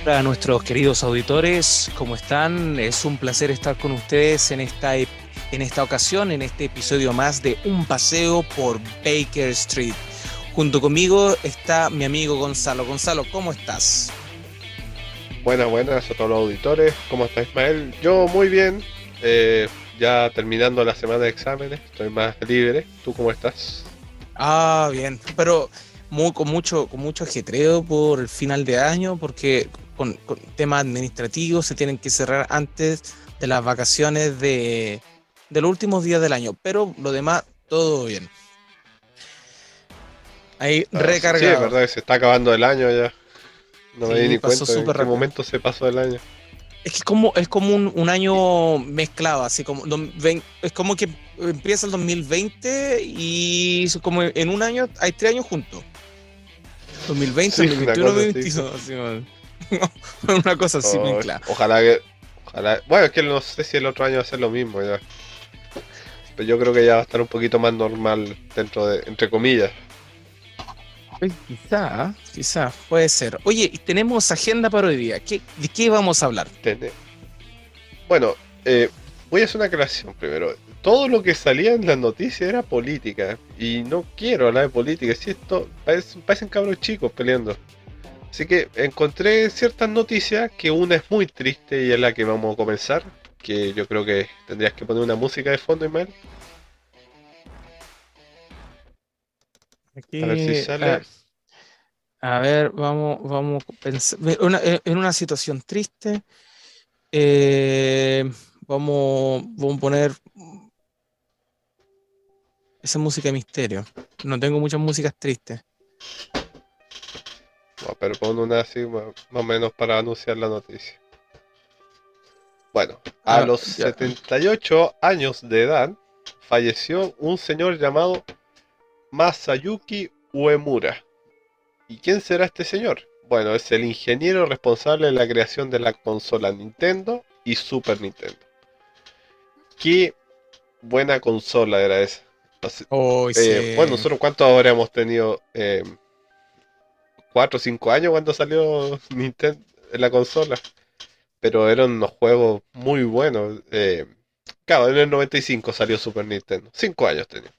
Hola a nuestros queridos auditores, ¿cómo están? Es un placer estar con ustedes en esta ocasión, en este episodio más de Un paseo por Baker Street. Junto conmigo está mi amigo Gonzalo. Gonzalo, ¿cómo estás? Buenas, buenas a todos los auditores. ¿Cómo está Ismael? Yo muy bien. eh, ya terminando la semana de exámenes, estoy más libre. ¿Tú cómo estás? Bien, pero con mucho ajetreo por el final de año, porque con temas administrativos se tienen que cerrar antes de las vacaciones de los últimos días del año, pero lo demás, todo bien. Ahí Ah, sí, sí, es recargado. verdad que se está acabando el año ya. No me di Sí, ni pasó cuenta en súper qué rápido. momento se pasó el año. Es que es como un año mezclado, así como es como que empieza el 2020 y es como en un año hay 3 años juntos. 2020, Sí, una 2021, cosa así. 2022, así, man. Una cosa así Oh, mezclada. ojalá que. Ojalá. Bueno, es que no sé si el otro año va a ser lo mismo ya. Pero yo creo que ya va a estar un poquito más normal dentro de, entre comillas. Quizá, puede ser. Oye, y tenemos agenda para hoy día. ¿De qué vamos a hablar? Tener- Bueno, eh, voy a hacer una aclaración primero. Todo lo que salía en las noticias era política. Y no quiero hablar de política. Si esto parecen cabros chicos peleando. Así que encontré ciertas noticias que una es muy triste y es la que vamos a comenzar. Que yo creo que tendrías que poner una música de fondo, Ismael. A ver si Aquí, sale. a ver, vamos a pensar. En una situación triste, vamos a poner esa música de misterio. No tengo muchas músicas tristes. No, pero pon una así más o menos para anunciar la noticia. Bueno, a los Ya. 78 años de edad falleció un señor llamado Masayuki Uemura. ¿Y quién será este señor? Bueno, es el ingeniero responsable de la creación de la consola Nintendo y Super Nintendo. Qué buena consola era esa. Hoy Bueno, se. nosotros cuántos ahora hemos tenido 4 o 5 años cuando salió Nintendo en la consola, pero eran unos juegos muy buenos. Claro, en el 95 salió Super Nintendo, 5 años tenía.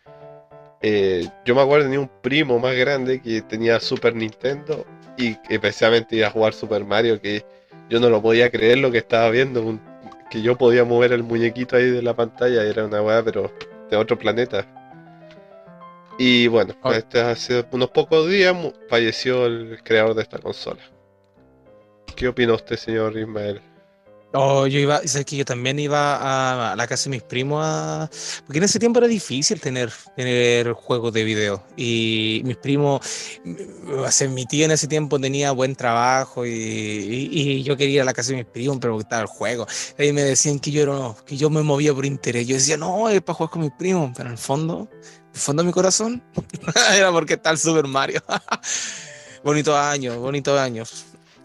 Yo me acuerdo tenía un primo más grande que tenía Super Nintendo y que especialmente iba a jugar Super Mario, que yo no lo podía creer lo que estaba viendo, que yo podía mover el muñequito ahí de la pantalla, era una weá pero de otro planeta. Y bueno, Hoy. hace unos pocos días falleció el creador de esta consola. ¿Qué opina usted, señor Ismael? Oh, sabes que yo también iba a la casa de mis primos porque en ese tiempo era difícil tener juegos de video. Y mis primos, mi tía en ese tiempo tenía buen trabajo y yo quería ir a la casa de mis primos, pero me gustaba el juego. Y me decían que que yo me movía por interés. Yo decía, no, es para jugar con mis primos, pero en el fondo de mi corazón, era porque está el Super Mario. Bonitos años, bonitos años.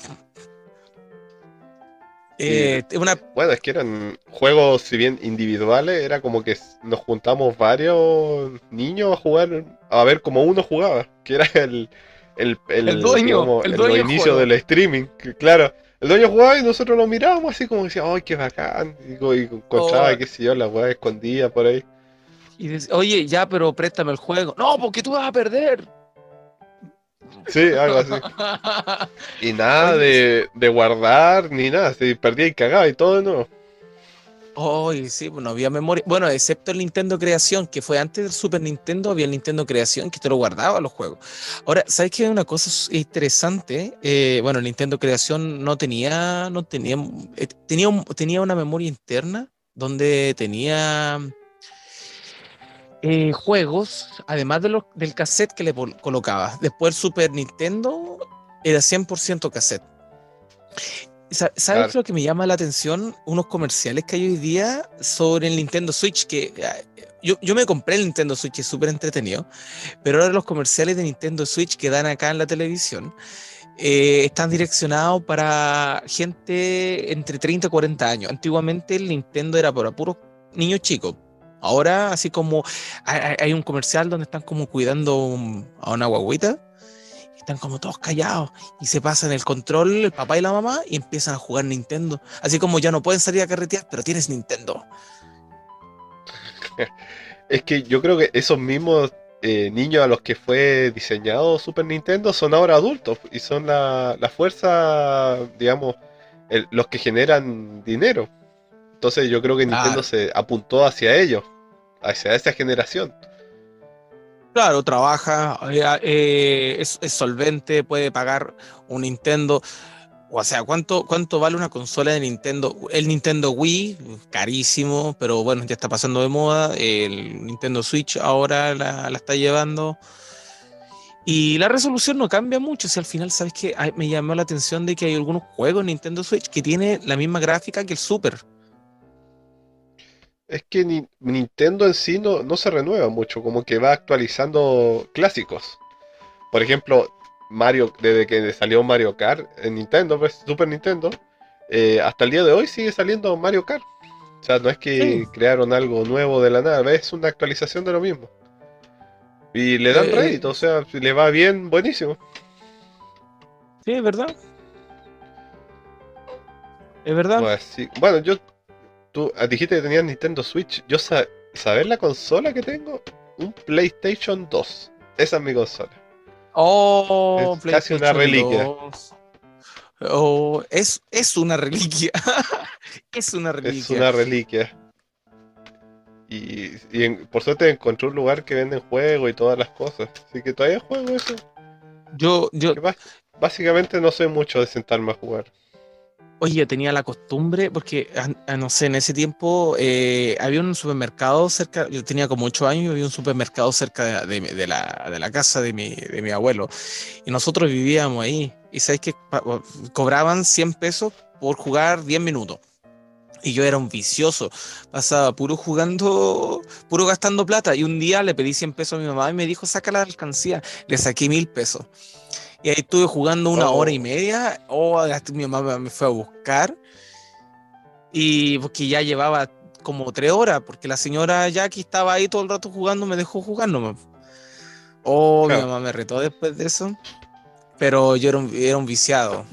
Sí, Una bueno, es que eran juegos, si bien individuales, era como que nos juntamos varios niños a jugar, a ver cómo uno jugaba, que era digamos, El los dueño del inicios juego. del streaming, que claro, el dueño jugaba y nosotros lo mirábamos así como decía, ¡ay, qué bacán! Y encontraba, Oh, qué sé yo, la weá escondida por ahí. y dice, oye, ya, pero préstame el juego. No, porque tú vas a perder. Sí, algo así. Y nada Oye, de guardar ni nada, si perdía y cagaba y todo de nuevo. oye, sí, pues no había memoria. Bueno, excepto el Nintendo Creación, que fue antes del Super Nintendo, había el Nintendo Creación que te lo guardaba los juegos. Ahora, ¿sabes qué? Una cosa interesante. Bueno, el Nintendo Creación tenía una memoria interna donde tenía juegos, además del cassette que colocaba. Después el Super Nintendo era 100% cassette. ¿Sabes Claro. lo que me llama la atención? Unos comerciales que hay hoy día sobre el Nintendo Switch, yo me compré el Nintendo Switch, es súper entretenido, pero ahora los comerciales de Nintendo Switch que dan acá en la televisión están direccionados para gente entre 30 y 40 años. Antiguamente el Nintendo era para puros niños chicos. Ahora, así como hay un comercial donde están como cuidando a una guagüita, están como todos callados y se pasan el control, el papá y la mamá, y empiezan a jugar Nintendo. Así como ya no pueden salir a carretear, pero tienes Nintendo. Es que yo creo que esos mismos niños a los que fue diseñado Super Nintendo son ahora adultos y son la fuerza, digamos, los que generan dinero. Entonces yo creo que Nintendo Claro, se apuntó hacia ellos, hacia esa generación. claro, trabaja, es solvente, puede pagar un Nintendo. O sea, ¿cuánto vale una consola de Nintendo? El Nintendo Wii, carísimo, pero bueno, ya está pasando de moda. El Nintendo Switch ahora la está llevando. Y la resolución no cambia mucho. Si al final, ¿sabes qué? Ay, me llamó la atención de que hay algunos juegos en Nintendo Switch que tiene la misma gráfica que el Super. Es que Nintendo en sí no se renueva mucho, como que va actualizando clásicos. Por ejemplo, Mario, desde que salió Mario Kart en Nintendo, pues, Super Nintendo, hasta el día de hoy sigue saliendo Mario Kart. O sea, no es Sí, que crearon algo nuevo de la nada, es una actualización de lo mismo. Y le dan eh, rédito, o sea, si le va bien, buenísimo. sí, es verdad, es verdad. Pues sí. Bueno, tú dijiste que tenías Nintendo Switch. ¿Sabes la consola que tengo? Un PlayStation 2. Esa es mi consola. Oh, Es casi una PlayStation reliquia. 2. Oh, es una reliquia. Es una Es reliquia. una reliquia. Por suerte encontré un lugar que venden juegos y todas las cosas. Así que todavía juego eso. Yo, Que básicamente no soy mucho de sentarme a jugar. oye, yo tenía la costumbre, porque, no sé, en ese tiempo había un supermercado cerca, yo tenía como 8 años y había un supermercado cerca de la casa de mi abuelo. Y nosotros vivíamos ahí. Y sabes que cobraban 100 pesos por jugar 10 minutos. Y yo era un vicioso, pasaba puro jugando, puro gastando plata. Y un día le pedí 100 pesos a mi mamá y me dijo, saca la alcancía. Le saqué 1000 pesos. Y ahí estuve jugando una hora y Oh, media. Oh, mi mamá me fue a buscar. Y porque ya llevaba como 3 horas, porque la señora Jackie estaba ahí todo el rato jugando, me dejó jugar nomás. Oh, mi claro. mamá me retó después de eso. Pero yo era un viciado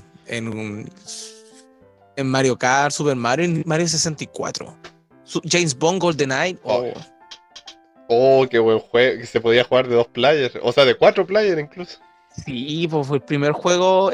en Mario Kart, Super Mario, en Mario 64. James Bond, GoldenEye. Oh, Oh, oh, qué buen juego. Que se podía jugar de 2 players. O sea, de 4 players incluso. sí, pues fue el primer juego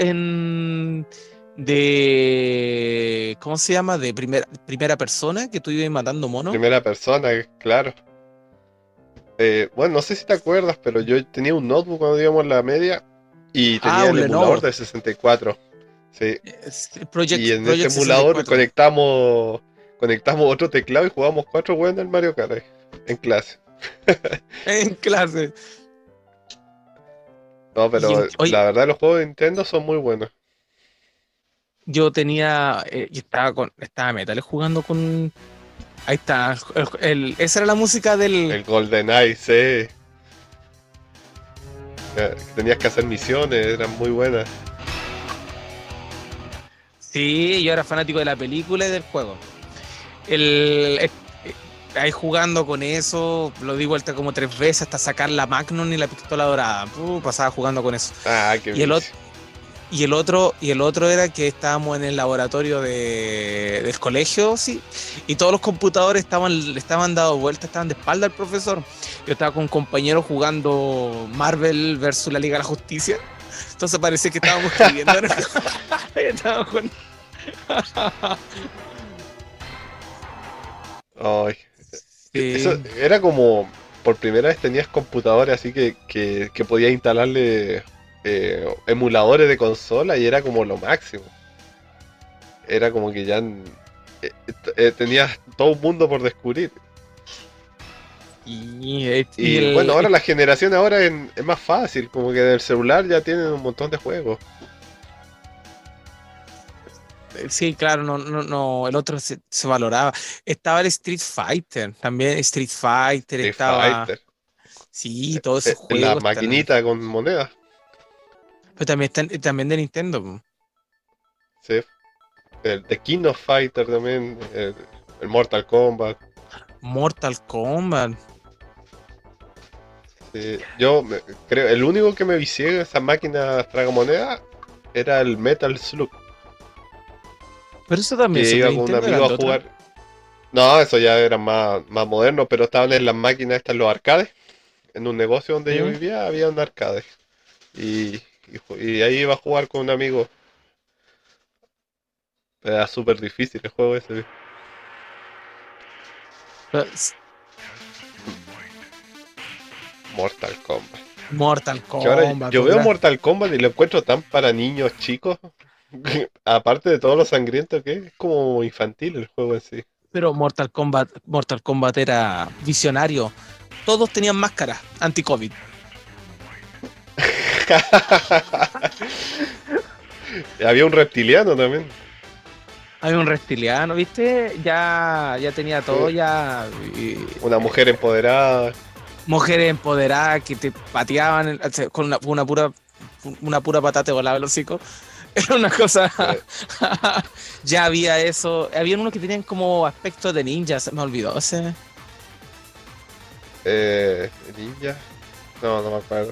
¿cómo se llama? De primera persona que tú ibas matando monos. Primera persona, claro. Bueno, no sé si te acuerdas, pero yo tenía un notebook cuando íbamos en la media y Ah, tenía un el emulador Lenovo. del 64. Sí. Es Y Project, en ese Project emulador 64. conectamos otro teclado y jugamos 4 juegos en el Mario Kart en clase. En clase. No, Y pero oye, la verdad los juegos de Nintendo son muy buenos. yo tenía, y estaba Metal jugando con. Ahí está. Esa era la música del. El GoldenEye, sí. Tenías que hacer misiones, eran muy buenas. Sí, yo era fanático de la película y del juego. El, eh, Ahí jugando con eso, lo di vuelta como 3 veces hasta sacar la Magnum y la pistola dorada. Pasaba jugando con eso. Ah, qué Y el, ot- vicio. y el otro era que estábamos en el laboratorio del colegio, sí, y todos los computadores estaban dados vueltas, estaban de espalda al profesor. Yo estaba con un compañero jugando Marvel versus la Liga de la Justicia. Entonces parecía que estábamos escribiendo. Estábamos jugando. Ay, eso Sí. era como, por primera vez tenías computadores así que podías instalarle emuladores de consola y era como lo máximo. Era como que ya tenías todo un mundo por descubrir. Y Y bueno, ahora la generación ahora es más fácil, como que en el celular ya tienen un montón de juegos. sí, claro, no, no, no, el otro se valoraba. Estaba el Street Fighter, también Street Fighter Street estaba. Fighter, Sí, todos esos la juegos están. maquinita con monedas, Pero también están también de Nintendo, po. ¿sí? El The King of Fighter también, el Mortal Kombat. Mortal Kombat. creo, el único que me vicié en esas máquinas tragamonedas era el Metal Slug, Pero eso también, que Super iba con un Nintendo amigo eran a de otra. jugar. No, eso ya era más moderno, pero estaban en las máquinas estas, los arcades. En un negocio donde yo ¿Mm? vivía había un arcade. Y ahí iba a jugar con un amigo. Era súper difícil el juego ese. Pues, Mortal Kombat. Mortal Que ahora Kombat, yo pues, veo Mortal Kombat y lo encuentro tan para niños chicos. Aparte de todo lo sangriento que es como infantil el juego en sí. pero Mortal Kombat era visionario. Todos tenían máscara anti-COVID. Había un reptiliano también. Había un reptiliano, ¿viste? Ya tenía todo, Sí. ya. Una mujer empoderada. Mujeres empoderadas que te pateaban con una pura patata te volaba el hocico. Era una cosa. eh, Ya había eso. Habían unos que tenían como aspecto de ninjas. Se me olvidó ese. Ninja. No, no me acuerdo.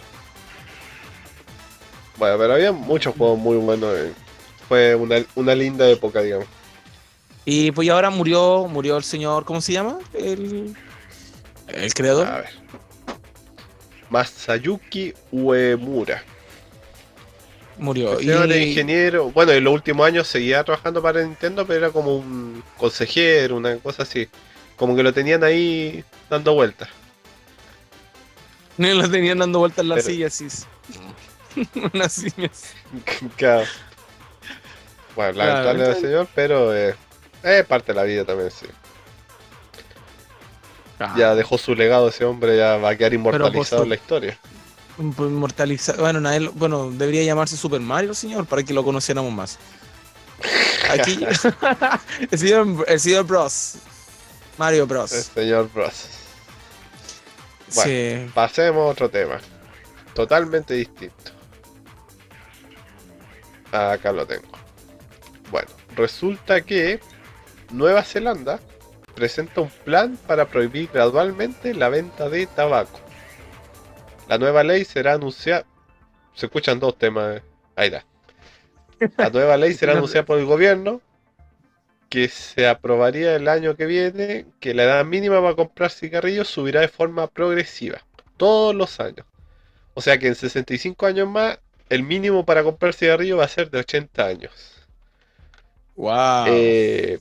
Bueno, pero había muchos juegos muy buenos. Fue una linda época, digamos. Y pues ahora murió el señor, ¿cómo se llama? El creador. A ver. Masayuki Uemura. El Murió. señor era Y ingeniero. Bueno, en los últimos años seguía trabajando para Nintendo, pero era como un consejero, una cosa así. Como que lo tenían ahí dando vueltas. no lo tenían dando vueltas en la Pero, silla, así. Una silla. claro. Bueno, Claro, lamentable el entonces. señor, pero es parte de la vida también, sí. Ya Claro. dejó su legado ese hombre, ya va a quedar Pero por inmortalizado en su la historia. inmortalizar. Bueno, bueno, debería llamarse Super Mario, señor, para que lo conociéramos más. Aquí el señor Bros. Mario El Bros. señor Bros. Bueno, Sí. pasemos a otro tema. Totalmente distinto. Acá lo tengo. Bueno, resulta que Nueva Zelanda presenta un plan para prohibir gradualmente la venta de tabaco. La nueva ley será anunciada. Se escuchan dos temas. Ahí está. La nueva ley será No, anunciada por el gobierno, que se aprobaría el año que viene, que la edad mínima para comprar cigarrillos subirá de forma progresiva, todos los años. O sea que en 65 años más, el mínimo para comprar cigarrillos va a ser de 80 años. wow. Eh,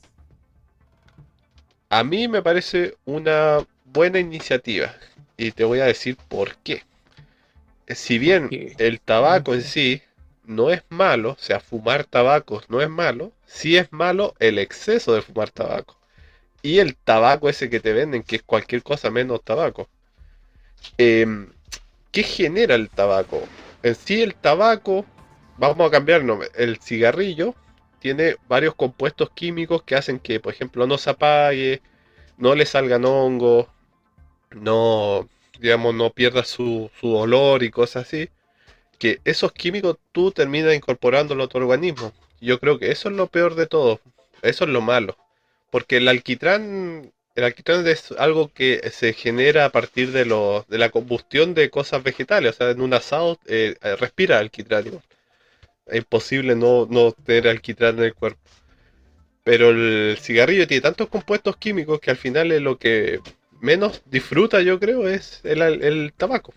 a mí me parece una buena iniciativa y te voy a decir por qué. Si bien Porque. el tabaco en sí no es malo, o sea, fumar tabaco no es malo, sí es malo el exceso de fumar tabaco. Y el tabaco ese que te venden, que es cualquier cosa menos tabaco. Em, ¿Qué genera el tabaco? En sí el tabaco, vamos a cambiar el nombre, el cigarrillo tiene varios compuestos químicos que hacen que, por ejemplo, no se apague, no le salgan hongos, no, digamos, no pierda su olor y cosas así. Que esos químicos tú terminas incorporándolo a tu organismo. Yo creo que eso es lo peor de todo. Eso es lo malo. Porque el alquitrán es algo que se genera a partir de la combustión de cosas vegetales. O sea, en un asado respira alquitrán igual. Es imposible no tener alquitrán en el cuerpo. Pero el cigarrillo tiene tantos compuestos químicos que al final es lo que menos disfruta, yo creo, es el tabaco.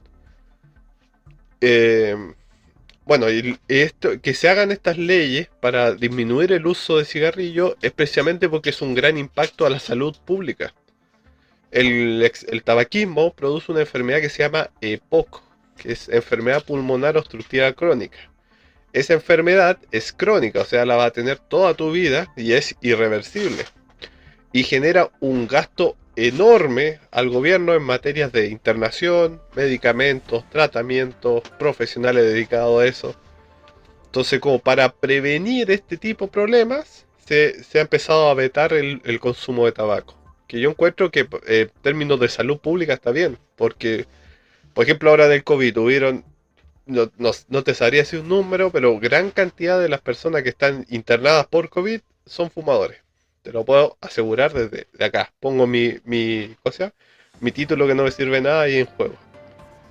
Eh, Bueno, y esto, que se hagan estas leyes para disminuir el uso de cigarrillo es precisamente porque es un gran impacto a la salud pública. El tabaquismo produce una enfermedad que se llama EPOC, que es enfermedad pulmonar obstructiva crónica. Esa enfermedad es crónica, o sea, la va a tener toda tu vida y es irreversible. Y genera un gasto enorme al gobierno en materias de internación, medicamentos, tratamientos, profesionales dedicados a eso. Entonces, como para prevenir este tipo de problemas, se ha empezado a vetar el consumo de tabaco. Que yo encuentro que en términos de salud pública está bien, porque, por ejemplo, ahora del COVID hubieron, no te sabría decir un número, pero gran cantidad de las personas que están internadas por COVID son fumadores. Te lo puedo asegurar desde de acá. Pongo mi título que no me sirve nada ahí en juego.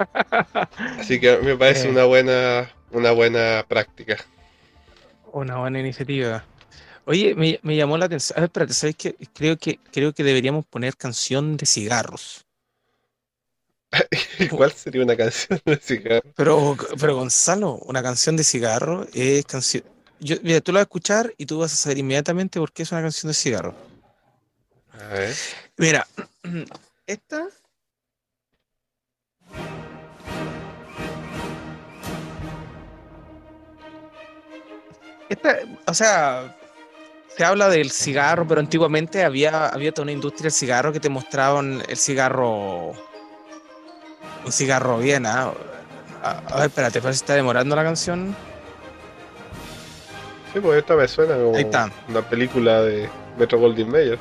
Así que me parece Eh, una buena práctica. una buena iniciativa. Oye, me llamó la atención. A ver, espérate, ¿sabes qué? Creo que deberíamos poner canción de cigarros. ¿Y cuál sería una canción de cigarro? Pero Gonzalo, una canción de cigarro es canción. Mira, tú la vas a escuchar y tú vas a saber inmediatamente por qué es una canción de cigarro. A ver. Mira, esta, esta, o sea, se habla del cigarro, pero antiguamente había toda una industria del cigarro que te mostraban el cigarro, un cigarro bien, ¿ah? A ver, espérate, parece que está demorando la canción. Sí, pues esta me suena Ahí como está, una película de Metro Goldwyn Mayer.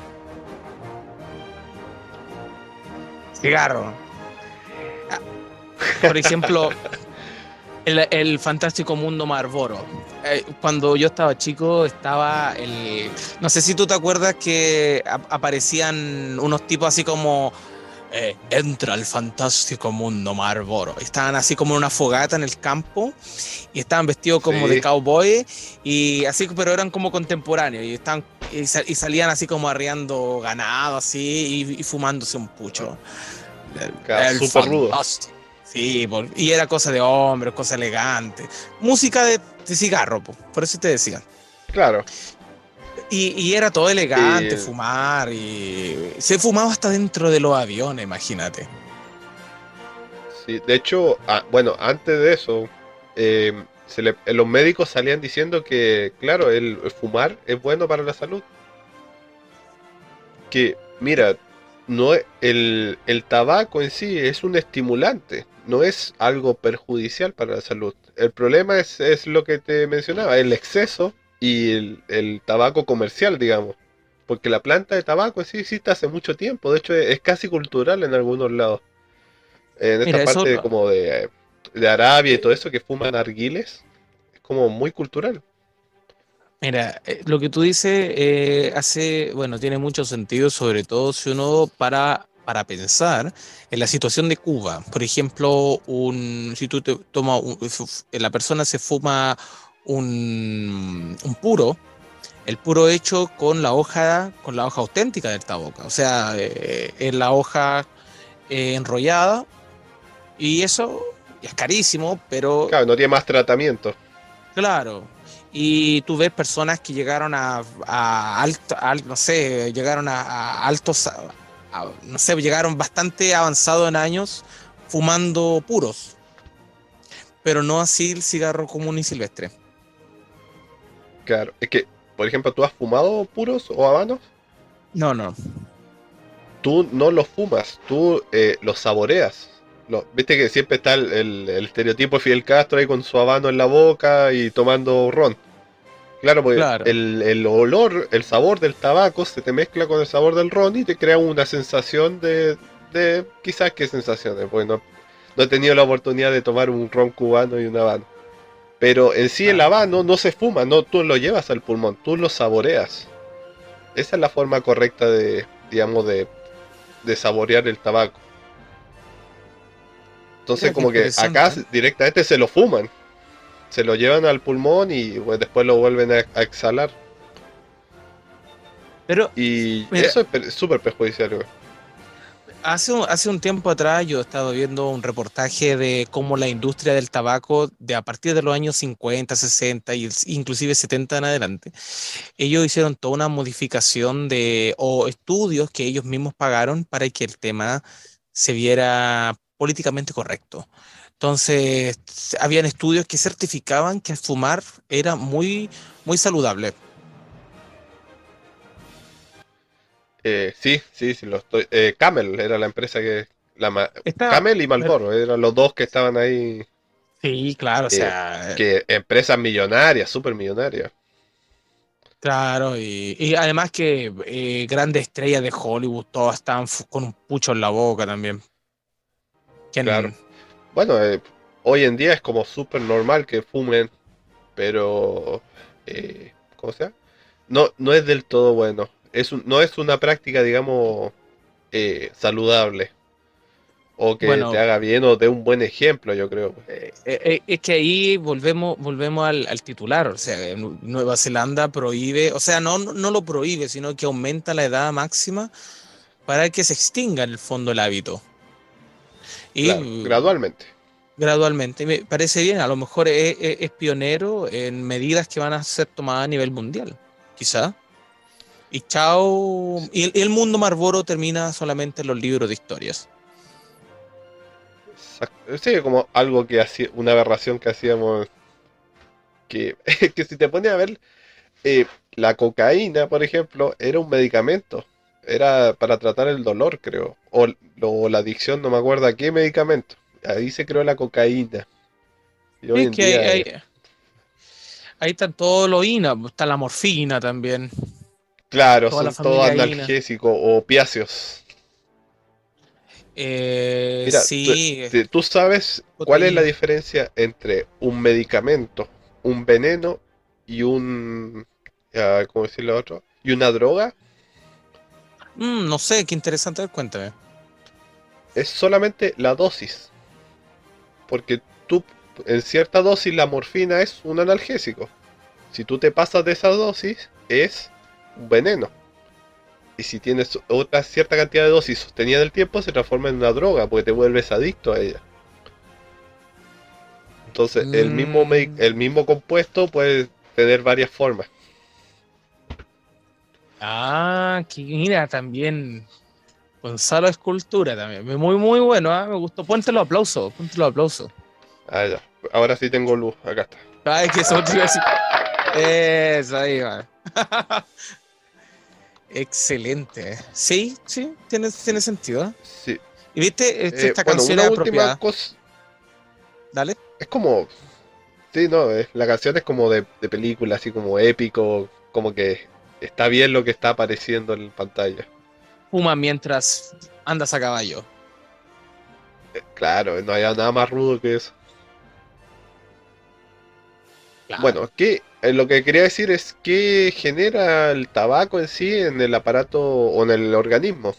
cigarro. Ah, por ejemplo, el fantástico mundo Marlboro. Cuando yo estaba chico, estaba el. No sé si tú te acuerdas que aparecían unos tipos así como. Entra al fantástico mundo Marlboro. Estaban así como en una fogata en el campo y estaban vestidos como de Sí, cowboy y así, pero eran como contemporáneos y y salían así como arriando ganado así y fumándose un pucho. El súper rudo. fantástico. Sí, y era cosa de hombre, cosa elegante. Música de cigarro, por eso te decía. Claro. Y era todo elegante, Y fumar, y se fumaba hasta dentro de los aviones, imagínate. sí, de hecho, bueno, antes de eso, los médicos salían diciendo que, claro, el fumar es bueno para la salud. Que, mira, no el tabaco en sí es un estimulante, no es algo perjudicial para la salud. El problema es lo que te mencionaba, el exceso y el tabaco comercial, digamos. Porque la planta de tabaco en sí existe hace mucho tiempo, de hecho es casi cultural en algunos lados. En esta Mira, eso, parte como de Arabia y todo eh, eso que fuman narguiles, es como muy cultural. mira, lo que tú dices bueno, tiene mucho sentido, sobre todo si uno para pensar en la situación de Cuba. Por ejemplo, si tú te tomas, la persona se fuma un puro, el puro hecho con la hoja auténtica del tabaco, o sea, en la hoja enrollada, y eso es carísimo, pero Claro, no tiene más tratamiento. claro. Y tú ves personas que llegaron no sé, llegaron a altos, no sé, llegaron bastante avanzados en años fumando puros, pero no así el cigarro común y silvestre. Claro, es que, por ejemplo, ¿tú has fumado puros o habanos? No, no. Tú no los fumas, tú los saboreas. Viste que siempre está el estereotipo de Fidel Castro ahí con su habano en la boca y tomando ron. Claro, pues Claro. el olor, el sabor del tabaco se te mezcla con el sabor del ron y te crea una sensación de quizás qué sensaciones, pues no he tenido la oportunidad de tomar un ron cubano y un habano. Pero en sí el Ah. habano no se fuma, no, tú lo llevas al pulmón, tú lo saboreas. Esa es la forma correcta de, digamos, de saborear el tabaco. Entonces Mira qué como que acá interesante. directamente se lo fuman, se lo llevan al pulmón y pues, después lo vuelven a exhalar. Pero, Y mira, eso es súper perjudicial, güey. hace un tiempo atrás yo estaba viendo un reportaje de cómo la industria del tabaco, de a partir de los años 50, 60 y inclusive 70 en adelante, ellos hicieron toda una modificación o estudios que ellos mismos pagaron para que el tema se viera políticamente correcto. Entonces, habían estudios que certificaban que fumar era muy saludable. Sí, sí, sí, lo estoy. Camel era la empresa que... Está, Camel y Marlboro eran los dos que estaban ahí. sí, claro, o eh, sea, que empresas millonarias, súper millonarias. claro, y además que grandes estrellas de Hollywood todas estaban con un pucho en la boca también. Claro. ¿Quién? Bueno, hoy en día es como súper normal que fumen, pero... ¿cómo se llama? No es del todo bueno. No es una práctica, digamos, saludable. o que te Bueno, haga bien o dé un buen ejemplo, yo creo. es que ahí volvemos al titular, o sea, Nueva Zelanda prohíbe, o sea, no lo prohíbe, sino que aumenta la edad máxima para que se extinga en el fondo el hábito. Y Claro, gradualmente. gradualmente, me parece bien, a lo mejor es pionero en medidas que van a ser tomadas a nivel mundial, quizá. Y chao, y el mundo Marlboro termina solamente en los libros de historias. Sí, como algo que hacía, una aberración que hacíamos, que, que si te pones a ver, eh, la cocaína, por ejemplo, era un medicamento. Era para tratar el dolor, creo. O la adicción, no me acuerdo a qué medicamento. Ahí se creó la cocaína. Y hoy Es en que día es, ahí está todo lo INA, está la morfina también, claro, toda la son todos familia INA. analgésicos o opiáceos. Mira, Sí, tú sabes cuál es la codeína. diferencia entre un medicamento, un veneno y ¿cómo decirlo otro? Y una droga. No sé, qué interesante, a ver, cuéntame. Es solamente la dosis. Porque tú, en cierta dosis, la morfina es un analgésico. Si tú te pasas de esa dosis, es un veneno. Y si tienes otra cierta cantidad de dosis sostenida en el tiempo, se transforma en una droga, porque te vuelves adicto a ella. Entonces, Mm, el mismo compuesto puede tener varias formas. que mira, también Gonzalo Escultura también. Muy bueno, me gustó. Ponte los aplausos, ponte los aplausos. Ah, ya. Ahora sí tengo luz. Acá está. Ay, que eso te iba a decir. Eso ahí va. Excelente. Sí, sí, tiene Sí, sentido. ¿Eh? sí. Y viste, esta Bueno, canción una es última apropiada. cosa. Dale. Es como. Sí, no, la canción es como de película, así como épico. Como que está bien lo que está apareciendo en pantalla. Fuma mientras andas a caballo. Claro, no hay nada más rudo que eso. Bueno, Claro. lo que quería decir es qué genera el tabaco en sí en el aparato o en el organismo.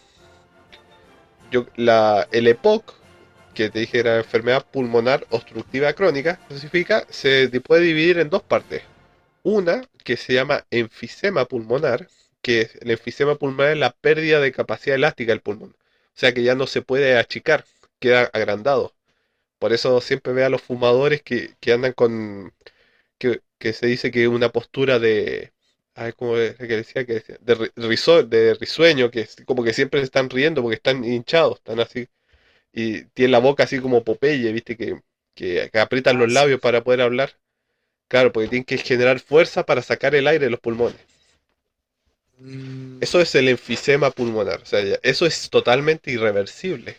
El EPOC, que te dije era enfermedad pulmonar obstructiva crónica, clasifica, puede dividir en dos partes. Una que se llama enfisema pulmonar, que el enfisema pulmonar es la pérdida de capacidad elástica del pulmón. O sea que ya no se puede achicar, queda agrandado. Por eso siempre ve a los fumadores que andan que se dice que una postura de, a ver, ¿cómo es que decía? De risueño, que es como que siempre se están riendo porque están hinchados, están así, y tienen la boca así como Popeye, ¿viste? Que aprietan Ah, los sí. labios para poder hablar. Claro, porque tienen que generar fuerza para sacar el aire de los pulmones. Mm, Eso es el enfisema pulmonar, o sea, eso es totalmente irreversible.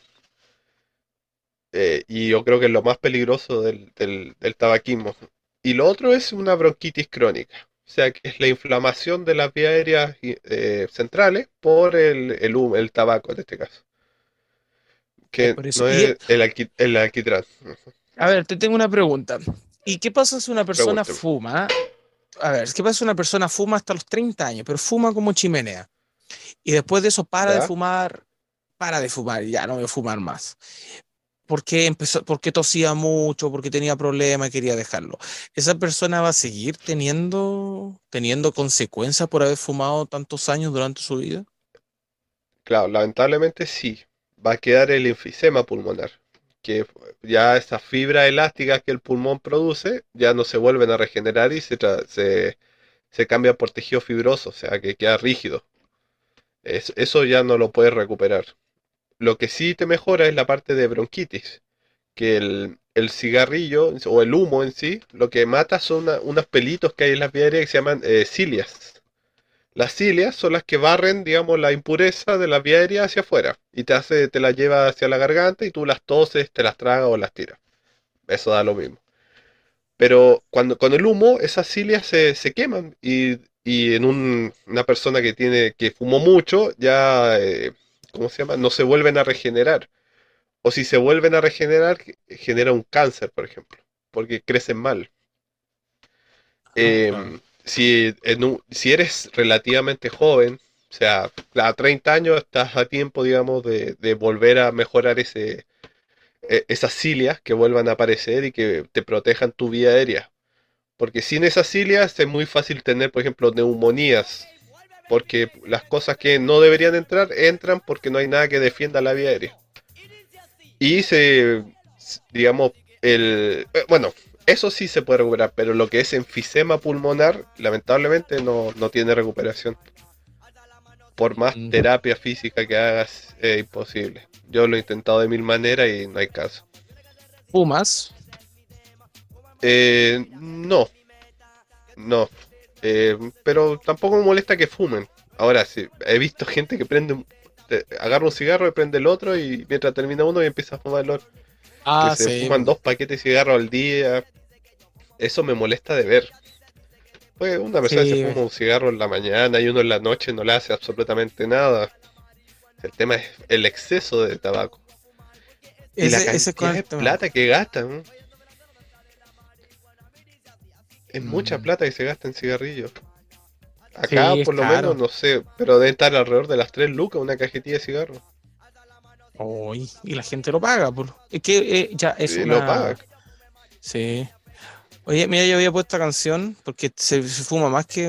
Y yo creo que es lo más peligroso del tabaquismo. Y lo otro es una bronquitis crónica, o sea, que es la inflamación de las vías aéreas centrales por el tabaco en este caso, que por eso. no Y, es el alquitrán. a ver, te tengo una pregunta. ¿Y qué pasa si una persona Pregúnteme. fuma? A ver, ¿qué pasa si una persona fuma hasta los 30 años, pero fuma como chimenea? Y después de eso ¿Ya? para de fumar, y ya no voy a fumar más. Porque tosía mucho, porque tenía problemas y quería dejarlo. ¿Esa persona va a seguir teniendo consecuencias por haber fumado tantos años durante su vida? Claro, lamentablemente sí, va a quedar el enfisema pulmonar, que ya esas fibras elásticas que el pulmón produce ya no se vuelven a regenerar y se cambia por tejido fibroso, o sea que queda rígido. Eso ya no lo puedes recuperar. Lo que sí te mejora es la parte de bronquitis, que el cigarrillo o el humo en sí, lo que mata son unos pelitos que hay en las vías aéreas que se llaman cilias. Las cilias son las que barren, digamos, la impureza de la vía aérea hacia afuera y te la lleva hacia la garganta y tú las toses, te las tragas o las tiras. Eso da lo mismo. Pero cuando con el humo, esas cilias se queman y en una persona que fumó mucho, ya, ¿cómo se llama? No se vuelven a regenerar. O si se vuelven a regenerar, genera un cáncer, por ejemplo, porque crecen mal. Ah, claro. Si eres relativamente joven, o sea, a 30 años estás a tiempo, digamos, de volver a mejorar esas cilias que vuelvan a aparecer y que te protejan tu vía aérea. Porque sin esas cilias es muy fácil tener, por ejemplo, neumonías. Porque las cosas que no deberían entrar, entran porque no hay nada que defienda la vía aérea. Y digamos, bueno, eso sí se puede recuperar, pero lo que es enfisema pulmonar, lamentablemente no tiene recuperación. Por más Mm. terapia física que hagas, es imposible. Yo lo he intentado de mil maneras y no hay caso. ¿Fumas? No, no. Pero tampoco me molesta que fumen. Ahora sí, he visto gente que agarra un cigarro y prende el otro y mientras termina uno y empieza a fumar el otro. Que Ah, se sí. fuman 2 paquetes de cigarros al día. Eso me molesta de ver. Pues una persona que se Sí. fuma un cigarro en la mañana y uno en la noche no le hace absolutamente nada. El tema es el exceso de tabaco. Y la Ese es con cantidad el de tema. plata que gastan. ¿No? Es mucha Mm. plata que se gasta en cigarrillos. Acá Sí, es por lo menos, caro. no sé, pero debe estar alrededor de las 3 lucas una cajetilla de cigarros. Uy, y la gente lo paga, es que ya es Y lo paga. una. Sí. Oye, mira, yo había puesto esta canción porque se fuma más que.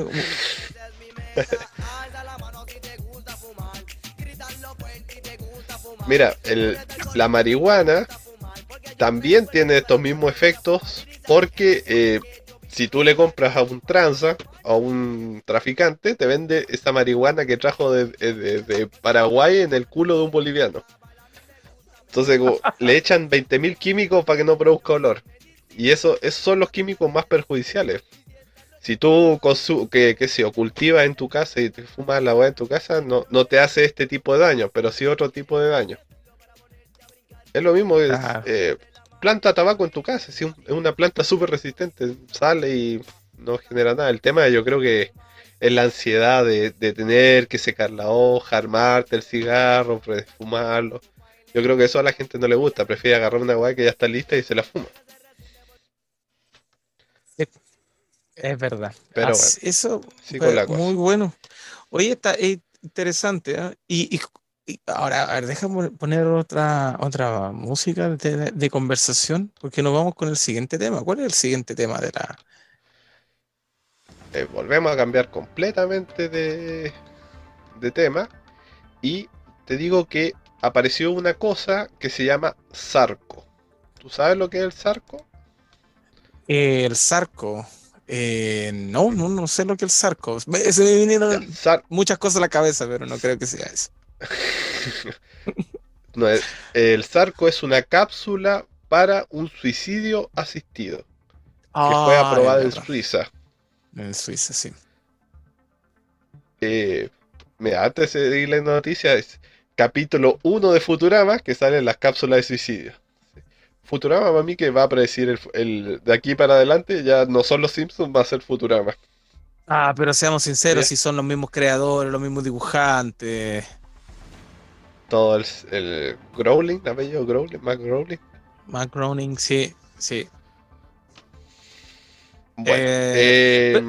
Mira, la marihuana también tiene estos mismos efectos porque si tú le compras a un tranza, a un traficante, te vende esa marihuana que trajo de Paraguay en el culo de un boliviano. Entonces le echan 20.000 químicos para que no produzca olor. Y esos son los químicos más perjudiciales. Si tú que sé yo, cultivas en tu casa y te fumas la weá en tu casa, no te hace este tipo de daño, pero sí otro tipo de daño. Es lo mismo, Ah, planta tabaco en tu casa, si es una planta súper resistente, sale y no genera nada. El tema yo creo que es la ansiedad de tener que secar la hoja, armarte el cigarro, fumarlo. Yo creo que eso a la gente no le gusta, prefiere agarrar una weá que ya está lista y se la fuma. sí, es verdad. Pero bueno, Eso, así con la muy cosa. bueno. Oye, está interesante, ¿ah? Y ahora, a ver, déjame poner otra música de conversación, porque nos vamos con el siguiente tema. ¿Cuál es el siguiente tema de la... Volvemos a cambiar completamente de tema y te digo que apareció una cosa que se llama Zarco. ¿Tú sabes lo que es el Zarco? El Zarco. No sé lo que es el Zarco. Se me Ya, vinieron muchas cosas a la cabeza, pero no creo que sea eso. No, el Zarco es una cápsula para un suicidio asistido que fue Ah, es aprobada en verdad. Suiza. En Suiza, sí. Eh, Mira, antes de seguir la noticia, es capítulo 1 de Futurama que salen las cápsulas de suicidio. Futurama para mí que va a predecir de aquí para adelante, ya no son los Simpsons, va a ser Futurama. Ah, pero seamos sinceros, ¿Ya? si son los mismos creadores, los mismos dibujantes. Todo el Growling, apellido Growling, Mac Growling. Matt Groening, sí, sí. Bueno, Eh, pe-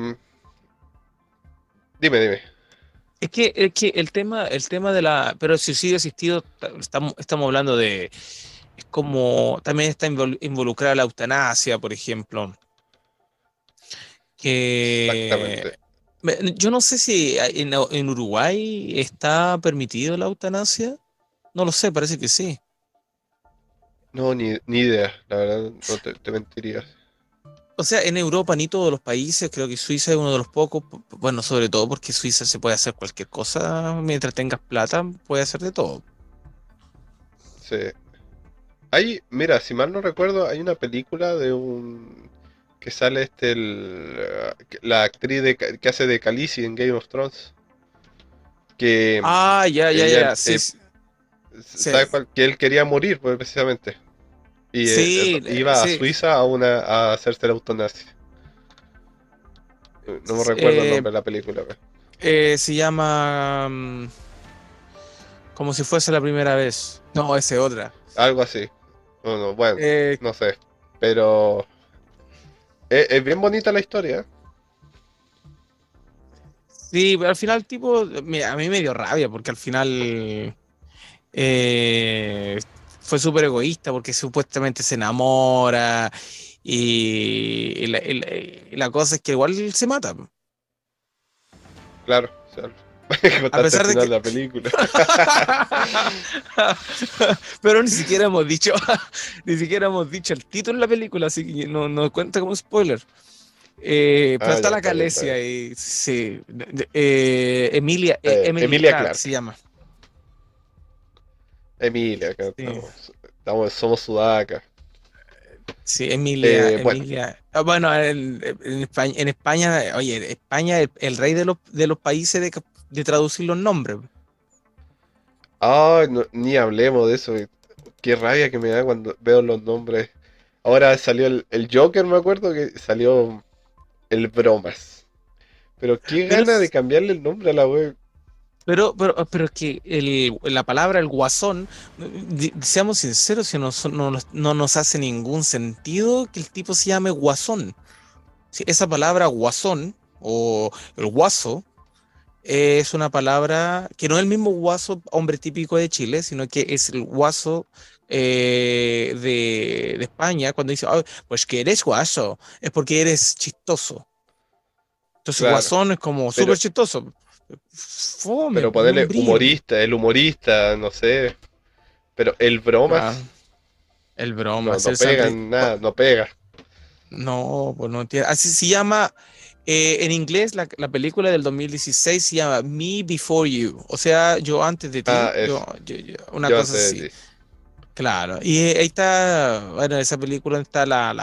dime. es que el tema de la, pero el suicidio asistido, estamos hablando de, es como, también está involucrada la eutanasia, por ejemplo, que Exactamente. yo no sé si en Uruguay está permitido la eutanasia, no lo sé, parece que sí. No, ni idea, la verdad, no te mentiría. O sea, en Europa ni todos los países, creo que Suiza es uno de los pocos, bueno, sobre todo porque Suiza se puede hacer cualquier cosa mientras tengas plata, puede hacer de todo. Sí. Mira, si mal no recuerdo, hay una película de un que sale la actriz que hace de Khaleesi en Game of Thrones, que Ah, ya, ya, ella, ya, sí, sí, sí, ¿sabe cuál? Que él quería morir, pues, precisamente, y sí, iba a sí, Suiza a hacerse la eutanasia. No me sí, recuerdo el nombre de la película, pues. se llama como si fuese la primera vez. No, esa es otra. Algo así. No, bueno, Eh, no sé, pero es bien bonita la historia. sí, pero al final, tipo, mira, a mí me dio rabia porque al final eh, fue súper egoísta porque supuestamente se enamora y la cosa es que igual se mata. Claro, o sea, A contaste el pesar de final que... de la película. Pero ni siquiera hemos dicho, ni siquiera hemos dicho el título de la película, así que no cuenta como spoiler. Pero Ah, está ya, la está bien, está bien. Calesia y sí, Emily Emilia Clarke se Clarke. llama. Emilia, acá Sí, somos sudacas. sí, Emilia, Bueno, Emilia. Bueno, en España, oye, España, el rey de los países de traducir los nombres. ni hablemos de eso. Qué rabia que me da cuando veo los nombres. Ahora salió el Joker, me acuerdo que salió el Bromas. Pero qué Pero gana de cambiarle el nombre a la web. Pero es que la palabra el guasón, seamos sinceros, si no nos hace ningún sentido que el tipo se llame guasón. Si esa palabra guasón o el guaso es una palabra que no es el mismo guaso hombre típico de Chile, sino que es el guaso de España, cuando dice, "Ay, pues que eres guaso, es porque eres chistoso. Entonces Claro. guasón es como súper Pero, chistoso. Fome, pero pues, ponerle nombre. humorista, el humorista, no sé. Pero el Claro. Bromas, El broma, no, es no el pega Sanri. en nada, no pega. No, pues no entiendo. Así se llama, en inglés, la película del 2016 se llama Me Before You. O sea, yo antes de Ah, ti, eso. una Yo cosa antes así. de ti. Claro. Y ahí está, bueno, en esa película está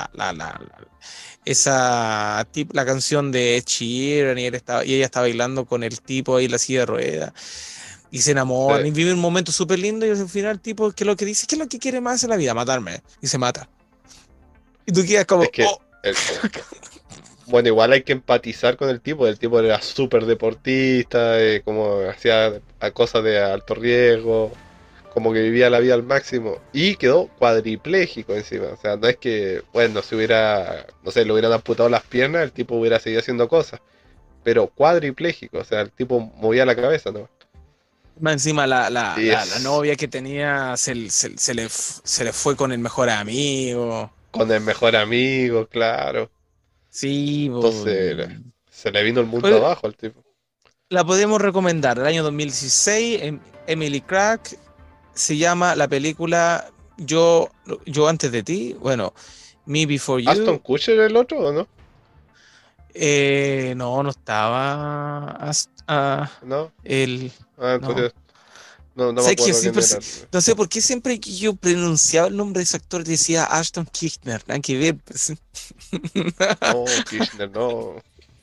la canción de Ed Sheeran y ella está bailando con el tipo ahí en la silla de ruedas. Y se Sí. enamoran y viven un momento súper lindo y al final el tipo, ¿qué es lo que dice? ¿Qué es lo que quiere más en la vida? Matarme. Y se mata. Y tú quedas Es como, que oh. bueno, igual hay que empatizar con el tipo. El tipo era súper deportista, como hacía cosas de alto riesgo, como que vivía la vida al máximo y quedó cuadripléjico encima. O sea, no es que, bueno, si hubiera, no sé, le hubieran amputado las piernas, el tipo hubiera seguido haciendo cosas, pero cuadripléjico, o sea, el tipo movía la cabeza, ¿no? Más encima Y la es novia que tenía se le fue con el mejor amigo. con el mejor amigo, claro. Sí, Entonces se le vino el mundo pues, abajo al tipo. la podemos recomendar. El año 2016, Emily Clark, se llama la película Yo antes de ti. Bueno, Me Before ¿Aston You. Kutcher el otro o no? No estaba ¿No? el. Ah, No. entonces no me Sé que yo acuerdo quién siempre, era. no sé por qué siempre que yo pronunciaba el nombre de ese actor decía Ashton Kutcher, nada que ver, pues. No, Kirchner, no.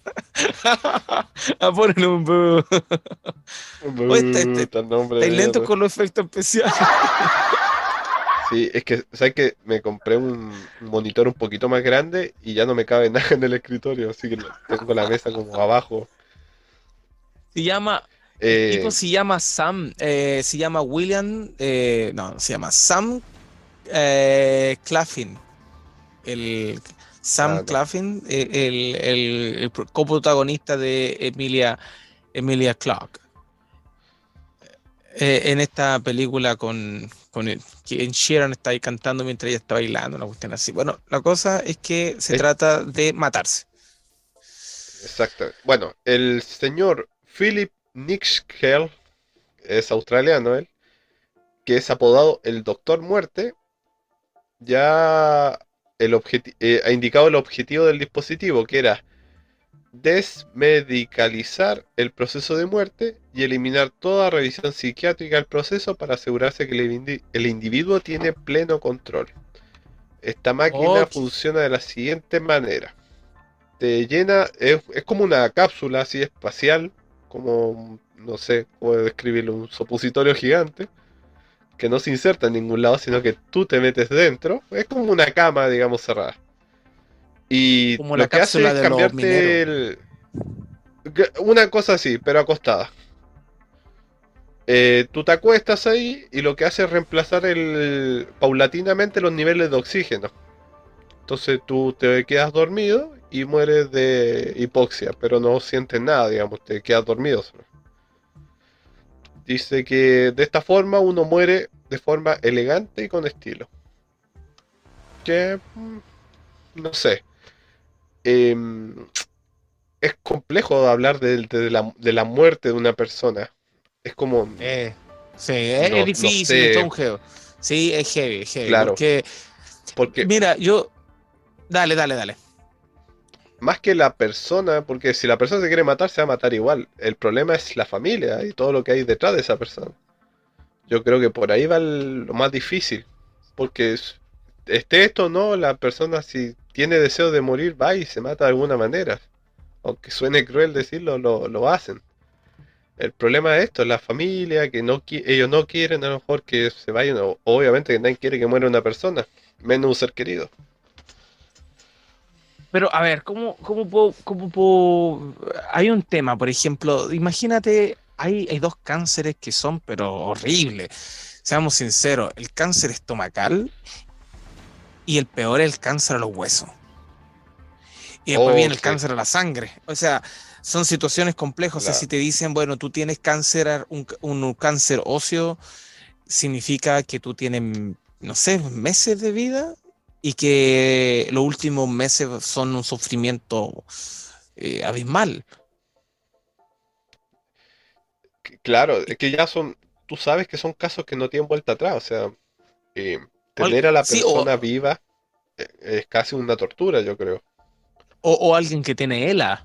A poner un boo. Oye, Está el nombre de estáis lentos mierda. con los efectos especiales. Sí, es que, ¿sabes que me compré un monitor un poquito más grande y ya no me cabe nada en el escritorio, así que tengo la mesa como abajo. Se llama, el tipo Eh, se llama Sam, se llama William, no, se llama Sam Claflin. El Sam no. Claflin, el coprotagonista de Emilia Clarke. En esta película con que Sharon está ahí cantando mientras ella está bailando, una cuestión así. Bueno, la cosa es que se Es, trata de matarse. exactamente. Bueno, el señor Philip Nichkhell es australiano, él, que es apodado el Doctor Muerte, ya ha indicado el objetivo del dispositivo, que era desmedicalizar el proceso de muerte y eliminar toda revisión psiquiátrica al proceso para asegurarse que el individuo tiene pleno control. Esta máquina Ok, funciona de la siguiente manera. Te llena, es como una cápsula así espacial, como, no sé cómo describirlo, un supositorio gigante, que no se inserta en ningún lado, sino que tú te metes dentro. Es como una cama, digamos, cerrada. Y como la lo que hace cápsula es de los cambiarte mineros. una cosa así, pero acostada. Tú te acuestas ahí y lo que hace es reemplazar paulatinamente los niveles de oxígeno. Entonces tú te quedas dormido y mueres de hipoxia, pero no sientes nada, digamos, te quedas dormido solo. Dice que de esta forma uno muere de forma elegante y con estilo. Que, no sé. em, es complejo hablar de la muerte de una persona. Es como, Sí, es no difícil, es todo sé, un geo. Sí, es heavy, claro, porque, porque mira, yo, dale, dale, dale. más que la persona, porque si la persona se quiere matar, se va a matar igual. El problema es la familia y todo lo que hay detrás de esa persona. Yo creo que por ahí va lo más difícil, porque esté esto o no, la persona si tiene deseo de morir va y se mata de alguna manera. Aunque suene cruel decirlo, lo hacen. El problema es esto, la familia, que no ellos no quieren a lo mejor que se vayan, obviamente que nadie quiere que muera una persona, menos un ser querido. Pero a ver, Hay un tema, por ejemplo, imagínate, hay dos cánceres que son, pero horribles. Seamos sinceros, el cáncer estomacal y el peor es el cáncer a los huesos. Y después Oh, viene el sí, cáncer a la sangre. O sea, son situaciones complejas. O sea, la, si te dicen, bueno, tú tienes cáncer, un cáncer óseo, significa que tú tienes, no sé, meses de vida y que los últimos meses son un sufrimiento abismal. claro, Y es que ya son, tú sabes que son casos que no tienen vuelta atrás, o sea, tener a la sí, persona viva es casi una tortura, yo creo. o alguien que tiene ELA.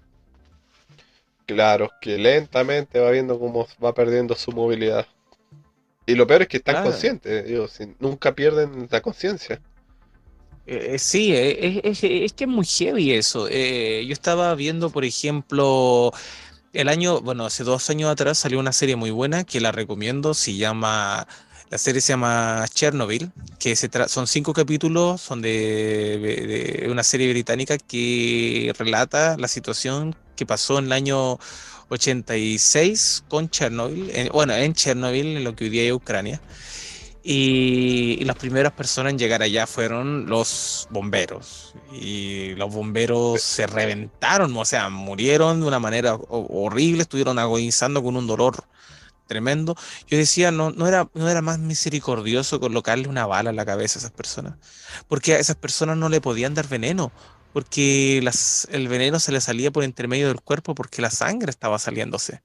Claro, que lentamente va viendo cómo va perdiendo su movilidad. Y lo peor es que están Claro. conscientes, digo, nunca pierden la conciencia. Sí, es que es muy heavy eso. Yo estaba viendo, por ejemplo, bueno, hace 2 años atrás salió una serie muy buena que la recomiendo. La serie se llama Chernobyl, que son 5 capítulos, son de una serie británica que relata la situación que pasó en el año 86 con Chernobyl, bueno, en Chernobyl, en lo que hoy día es Ucrania. Y las primeras personas en llegar allá fueron los bomberos. Y los bomberos se reventaron, o sea, murieron de una manera horrible, estuvieron agonizando con un dolor tremendo. Yo decía, no era más misericordioso colocarle una bala en la cabeza a esas personas, porque a esas personas no le podían dar veneno, porque el veneno se le salía por intermedio del cuerpo porque la sangre estaba saliéndose.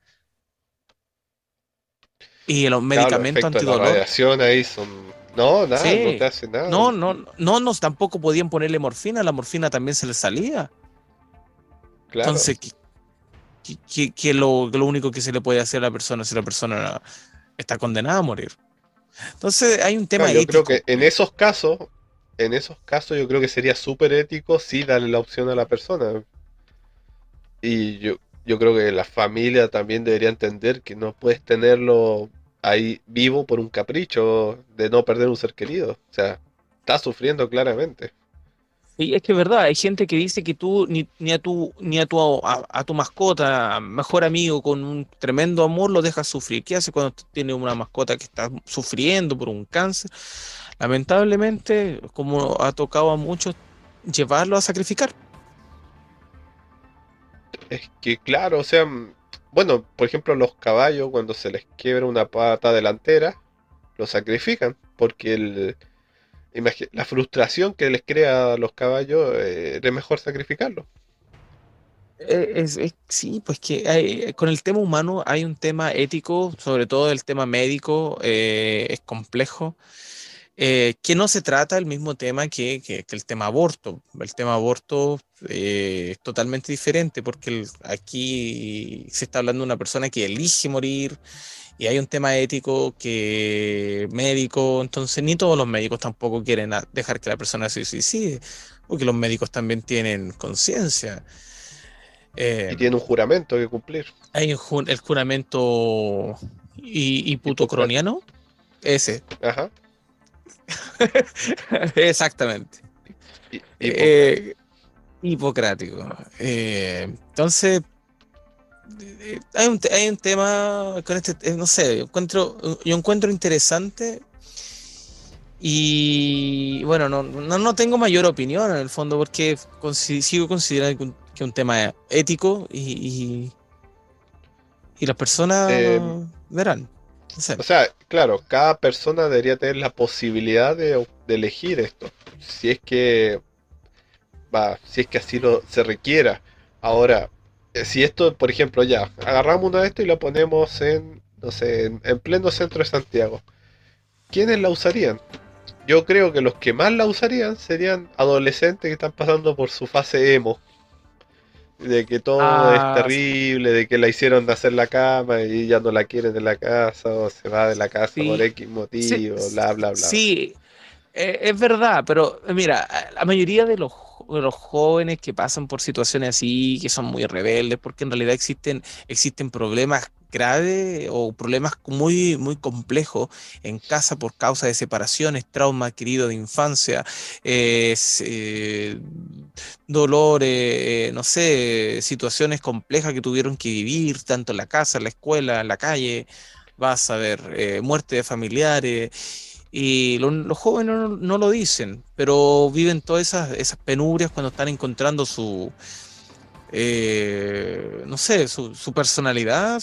Y los Claro, los medicamentos efectos de la antidolor. radiación ahí son... No, nada, no te Sí, hace nada. no, tampoco podían ponerle morfina, la morfina también se les salía. Claro. Entonces, ¿qué es lo único que se le puede hacer a la persona si la persona está condenada a morir? Entonces, hay un Claro, tema yo creo ético. que en esos casos yo creo que sería súper ético sí darle la opción a la persona. Y yo creo que la familia también debería entender que no puedes tenerlo ahí vivo por un capricho de no perder un ser querido. O sea, está sufriendo claramente. Y es que es verdad, hay gente que dice que tú ni a tu mascota, mejor amigo con un tremendo amor lo dejas sufrir. ¿Qué hace cuando tiene una mascota que está sufriendo por un cáncer? Lamentablemente, como ha tocado a muchos, llevarlo a sacrificar. Es que claro, o sea, bueno, por ejemplo, los caballos cuando se les quiebra una pata delantera, lo sacrifican porque la frustración que les crea a los caballos es mejor sacrificarlo. Sí, pues que con el tema humano hay un tema ético, sobre todo el tema médico, es complejo, que no se trata el mismo tema que el tema aborto. El tema aborto es totalmente diferente porque aquí se está hablando de una persona que elige morir y hay un tema ético médico, entonces ni todos los médicos tampoco quieren dejar que la persona se suicide, porque los médicos también tienen conciencia. Y Eh, tiene un juramento que cumplir. Hay el juramento Hipócrates. hipotocroniano, ese, Ajá. exactamente, Hipócrates. eh, hipocrático. Entonces, hay un tema con no sé, yo encuentro interesante y bueno, no tengo mayor opinión en el fondo porque sigo considerando que un tema ético Y las personas Eh, verán. No sé. o sea, claro, cada persona debería tener la posibilidad de elegir esto. Si es que si es que así se requiera. Ahora, si esto, por ejemplo, ya, agarramos una de esto y la ponemos en, no sé, en pleno centro de Santiago. ¿Quiénes la usarían? Yo creo que los que más la usarían serían adolescentes que están pasando por su fase emo. De que todo es Ah, terrible, de que la hicieron hacer la cama y ya no la quieren en la casa, o se va de la casa por sí. X Sí, motivo, bla, bla, bla, bla. sí, es verdad, pero mira, la mayoría de los jóvenes que pasan por situaciones así, que son muy rebeldes, porque en realidad existen problemas graves o problemas muy, muy complejos en casa por causa de separaciones, trauma adquirido de infancia, dolores, no sé, situaciones complejas que tuvieron que vivir, tanto en la casa, en la escuela, en la calle, vas a ver, muerte de familiares. Y los jóvenes no lo dicen, pero viven todas esas penurias cuando están encontrando no sé, su personalidad,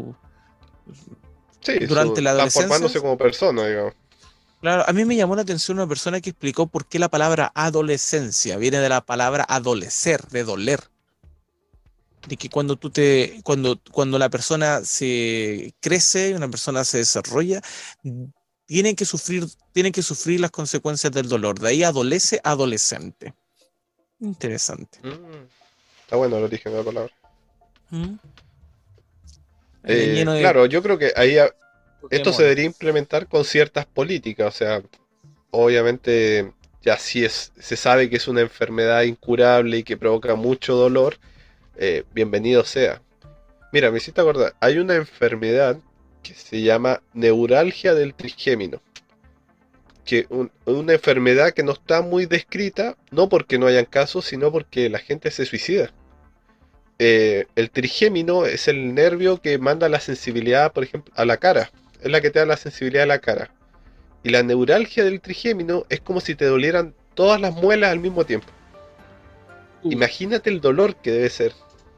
Sí, durante la están adolescencia. formándose como personas, digamos. Claro, a mí me llamó la atención una persona que explicó por qué la palabra adolescencia viene de la palabra adolecer, de doler. De que cuando la persona se crece, una persona se desarrolla, mm, tienen que sufrir las consecuencias del dolor. De ahí adolece, adolescente. Interesante. Mm, está bueno el origen de la palabra. ¿Mm? Lleno de Claro, yo creo que ahí esto se Pokémon. debería implementar con ciertas políticas, o sea, obviamente ya si se sabe que es una enfermedad incurable y que provoca mucho dolor, bienvenido sea. Mira, me hiciste acordar, hay una enfermedad que se llama neuralgia del trigémino, que una enfermedad que no está muy descrita, no porque no hayan casos, sino porque la gente se suicida. El trigémino es el nervio que manda la sensibilidad, por ejemplo, a la cara. Es la que te da la sensibilidad a la cara. Y la neuralgia del trigémino es como si te dolieran todas las muelas al mismo tiempo. Uf. Imagínate el dolor que debe ser.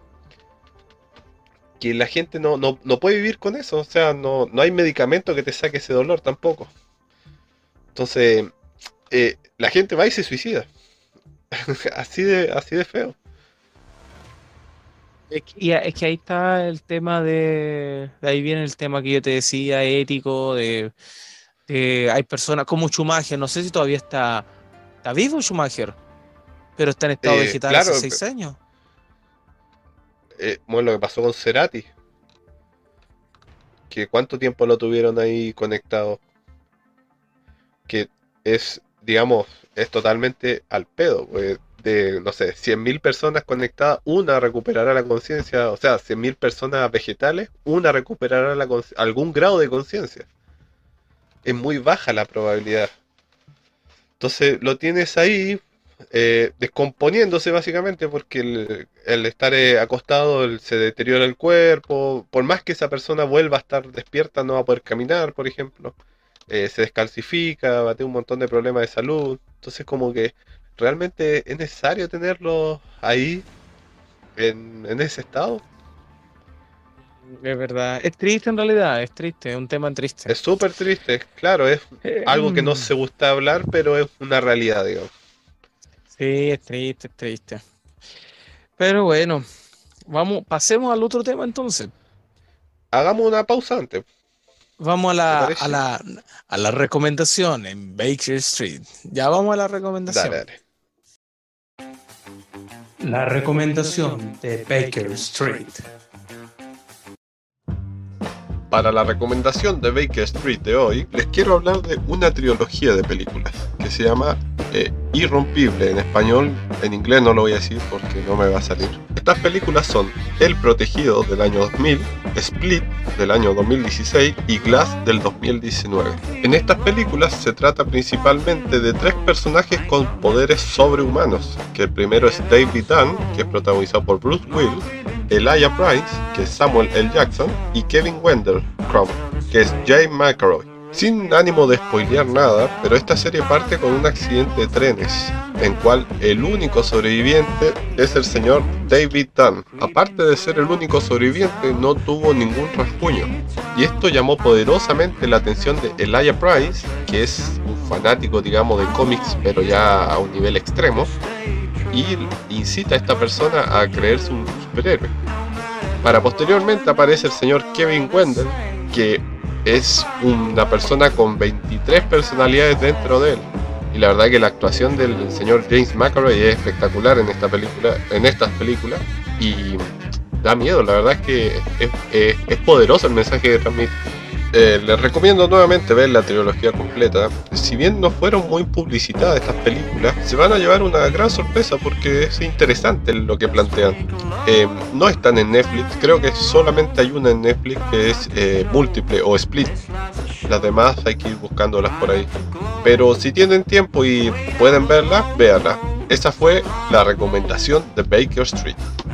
Que la gente no puede vivir con eso. O sea, no hay medicamento que te saque ese dolor tampoco. Entonces, la gente va y se suicida. Así de feo. Es que ahí está el tema de ahí viene el tema que yo te decía, ético, hay personas como Schumacher, no sé si todavía está vivo Schumacher, pero está en estado vegetal hace Claro, 6 años. bueno, lo que pasó con Cerati, que cuánto tiempo lo tuvieron ahí conectado, que es, digamos, es totalmente al pedo, pues, de, no sé, 100.000 personas conectadas, una recuperará la conciencia, o sea, 100.000 personas vegetales, una recuperará algún grado de conciencia. Es muy baja la probabilidad. Entonces lo tienes ahí descomponiéndose básicamente porque el estar acostado se deteriora el cuerpo, por más que esa persona vuelva a estar despierta no va a poder caminar, por ejemplo. Se descalcifica, va a tener un montón de problemas de salud. Entonces como que realmente es necesario tenerlo ahí en ese estado. Es verdad, es triste en realidad, es triste, es un tema triste. Es súper triste, claro, es algo que no Mm, se gusta hablar, pero es una realidad, digamos. sí, es triste, es triste. Pero bueno, pasemos al otro tema entonces. Hagamos una pausa antes, Vamos ¿te parece? a la recomendación en Baker Street. Ya vamos a la Dale, recomendación. dale. La recomendación de Baker Street. Para la recomendación de Baker Street de hoy, les quiero hablar de una trilogía de películas que se llama Irrompible en español. En inglés no lo voy a decir porque no me va a salir. Estas películas son El Protegido del año 2000, Split del año 2016 y Glass del 2019. En estas películas se trata principalmente de tres personajes con poderes sobrehumanos, que el primero es David Dunn, que es protagonizado por Bruce Willis, Elijah Price, que es Samuel L. Jackson, y Kevin Wendell Crumb, que es Jay McElroy. Sin ánimo de spoilear nada, pero esta serie parte con un accidente de trenes en cual el único sobreviviente es el señor David Dunn. Aparte de ser el único sobreviviente, no tuvo ningún rasguño. Y esto llamó poderosamente la atención de Elijah Price, que es un fanático, digamos, de cómics, pero ya a un nivel extremo, y incita a esta persona a creerse un superhéroe. Para posteriormente aparece el señor Kevin Wendell, que es una persona con 23 personalidades dentro de él. Y la verdad que la actuación del señor James McAvoy es espectacular en estas películas, y da miedo. La verdad es que es poderoso el mensaje que transmite. Les recomiendo nuevamente ver la trilogía completa. Si bien no fueron muy publicitadas estas películas, se van a llevar una gran sorpresa porque es interesante lo que plantean. No están en Netflix, creo que solamente hay una en Netflix, que es Múltiple o Split. Las demás hay que ir buscándolas por ahí. Pero si tienen tiempo y pueden verlas, véanlas. Esa fue la recomendación de Baker Street.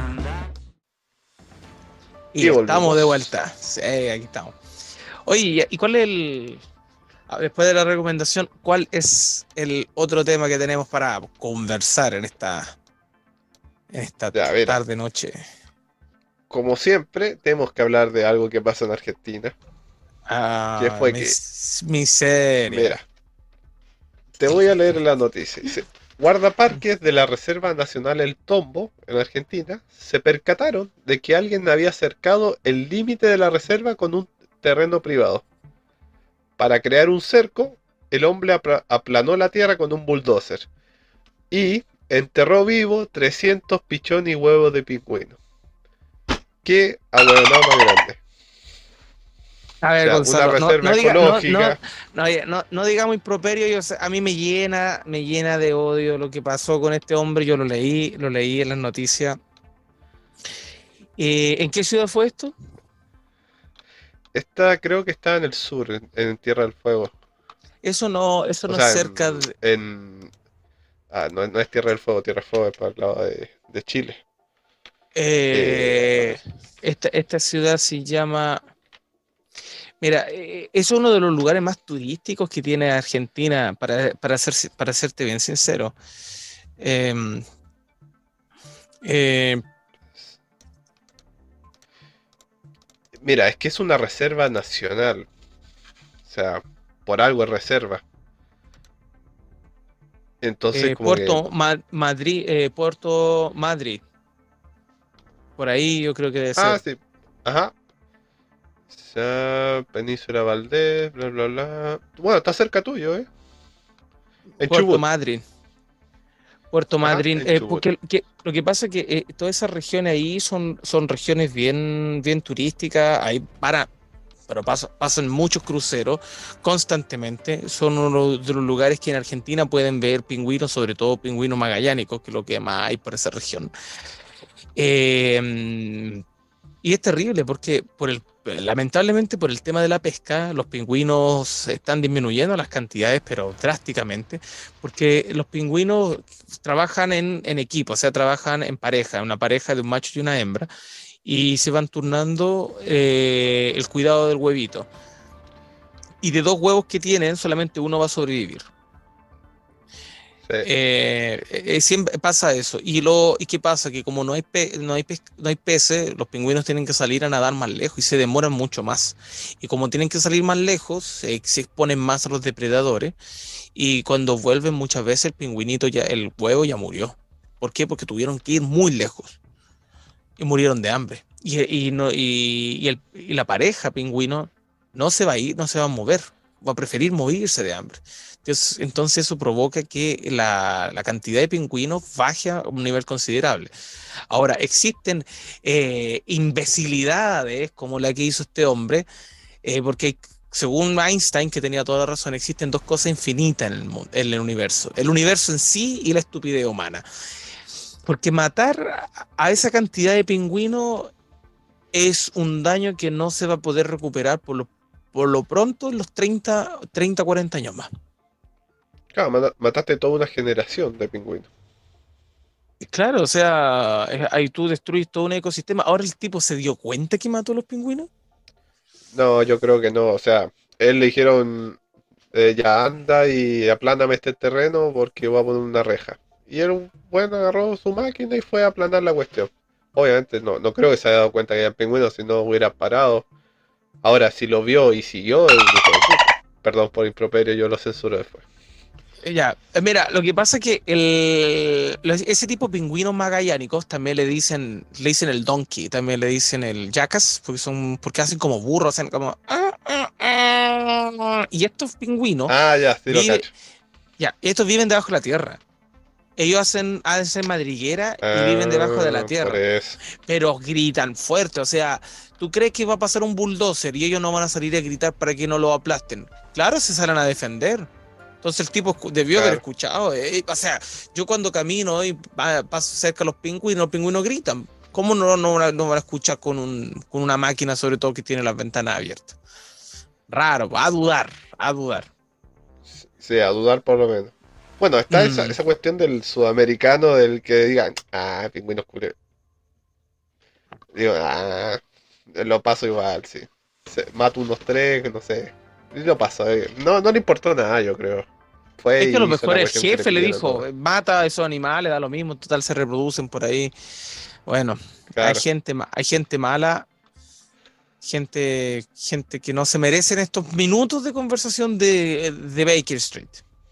Y estamos de vuelta. Sí, aquí estamos. Oye, ¿y cuál es después de la recomendación, cuál es el otro tema que tenemos para conversar en esta tarde, noche? Como siempre, tenemos que hablar de algo que pasa en Argentina. ¿Qué fue miseria. Mira, te voy a leer la noticia. Dice: guardaparques de la Reserva Nacional El Tombo, en Argentina, se percataron de que alguien había cercado el límite de la reserva con un terreno privado. Para crear un cerco, el hombre aplanó la tierra con un bulldozer y enterró vivo 300 pichones y huevos de pingüino. ¡Qué ahueonado más grande! A ver, Gonzalo, una reserva ecológica. No digamos improperio. A mí me llena de odio lo que pasó con este hombre. Yo lo leí en las noticias. ¿En qué ciudad fue esto? Creo que está en el sur, en Tierra del Fuego. Eso no es cerca no es Tierra del Fuego. Tierra del Fuego es para el lado de Chile. Esta ciudad se llama... Mira, es uno de los lugares más turísticos que tiene Argentina, para serte bien sincero. Mira, es que es una reserva nacional. O sea, por algo es reserva. Entonces, Puerto Madrid. Por ahí yo creo que debe ser. Sí. Ajá. O sea, Península Valdés, bla, bla, bla. Bueno, está cerca tuyo, ¿eh? En Puerto Chubut. Madryn. Puerto Madryn, porque lo que pasa es que todas esas regiones ahí son regiones bien turísticas, ahí pero pasan muchos cruceros constantemente, son uno de los lugares que en Argentina pueden ver pingüinos, sobre todo pingüinos magallánicos, que es lo que más hay por esa región. Y es terrible porque lamentablemente por el tema de la pesca, los pingüinos están disminuyendo las cantidades, pero drásticamente, porque los pingüinos trabajan en equipo, o sea, trabajan en pareja, una pareja de un macho y una hembra, y se van turnando el cuidado del huevito. Y de 2 huevos que tienen, solamente uno va a sobrevivir. Sí. Siempre pasa eso. ¿Y qué pasa? Que como no hay peces, los pingüinos tienen que salir a nadar más lejos y se demoran mucho más. Y como tienen que salir más lejos, se exponen más a los depredadores. Y cuando vuelven, muchas veces el huevo ya murió. ¿Por qué? Porque tuvieron que ir muy lejos y murieron de hambre. Y la pareja pingüino no se va a ir, no se va a mover, va a preferir morirse de hambre. Entonces eso provoca que la cantidad de pingüinos baje a un nivel considerable. Ahora, existen imbecilidades como la que hizo este hombre, porque según Einstein, que tenía toda la razón, existen 2 cosas infinitas en el universo. El universo en sí y la estupidez humana. Porque matar a esa cantidad de pingüinos es un daño que no se va a poder recuperar por lo pronto en los 30, 40 años más. Claro, mataste toda una generación de pingüinos. Claro, o sea, ahí tú destruyes todo un ecosistema. Ahora el tipo se dio cuenta que mató a los pingüinos. No, yo creo que no. O sea, él le dijeron, ya anda y apláname este terreno porque voy a poner una reja. Y el buen agarró su máquina y fue a aplanar la cuestión. Obviamente no creo que se haya dado cuenta que eran pingüinos, si no hubiera parado. Ahora, si lo vio y siguió, es un hijo de puta. Perdón por improperio, yo lo censuro después. Ya, mira, lo que pasa es que ese tipo de pingüinos magallánicos también le dicen el donkey, también le dicen el jackass, porque hacen como burros, hacen como y estos pingüinos Ah, ya, sí lo viven, cacho. ya, estos viven debajo de la tierra. Ellos hacen madriguera y viven debajo de la Ah, por tierra, eso. pero gritan fuerte. O sea, ¿tú crees que va a pasar un bulldozer y ellos no van a salir a gritar para que no lo aplasten? Claro, se salen a defender. Entonces el tipo debió haber Claro. escuchado. O sea, yo cuando camino y paso cerca de los pingüinos gritan. ¿Cómo no van a escuchar con una máquina, sobre todo que tiene las ventanas abiertas? Raro, a dudar, a dudar. Sí, a dudar por lo menos. Bueno, está esa, Mm, esa cuestión del sudamericano, del que digan, ah, pingüinos culeros. Digo, ah, lo paso igual, sí. Mato unos tres, no sé. Y lo paso, no le importó nada, yo creo. Fue Es que a lo y hizo mejor la el cuestión que le jefe le pidieron dijo, nomás. mata a esos animales, da lo mismo, total se reproducen por ahí. Bueno, Claro. hay gente mala, gente que no se merecen estos minutos de conversación de Baker Street.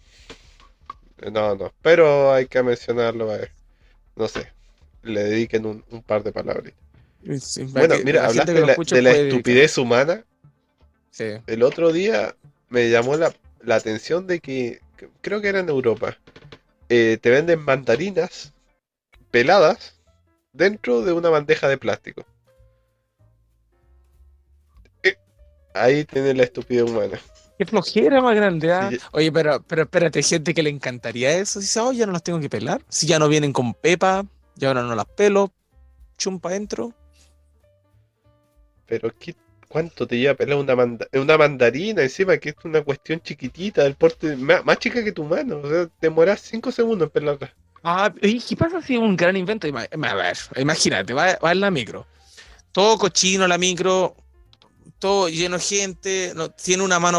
No. Pero hay que mencionarlo, no sé. Le dediquen un par de palabras. Sí, para Bueno, que mira, la gente que hablaste lo escuche de la puede dedicarlo. estupidez humana. Sí. El otro día me llamó la atención de que creo que era en Europa. Te venden mandarinas peladas dentro de una bandeja de plástico. Eh, Ahí tiene la estupidez humana. Qué flojera más grande, ¿ah? Sí, Oye, pero espérate, hay gente que le encantaría eso. Dice, oh, ya no las tengo que pelar. Si ya no vienen con pepa, ya ahora no las pelo, chumpa adentro. pero ¿cuánto te lleva a pelar una mandarina encima? Que es una cuestión chiquitita, del porte más chica que tu mano. O sea, te demorás 5 segundos en pelarla. Ah, ¿y qué pasa si es un gran invento? A ver, imagínate, va en la micro. Todo cochino la micro, todo lleno de gente, no, tiene una mano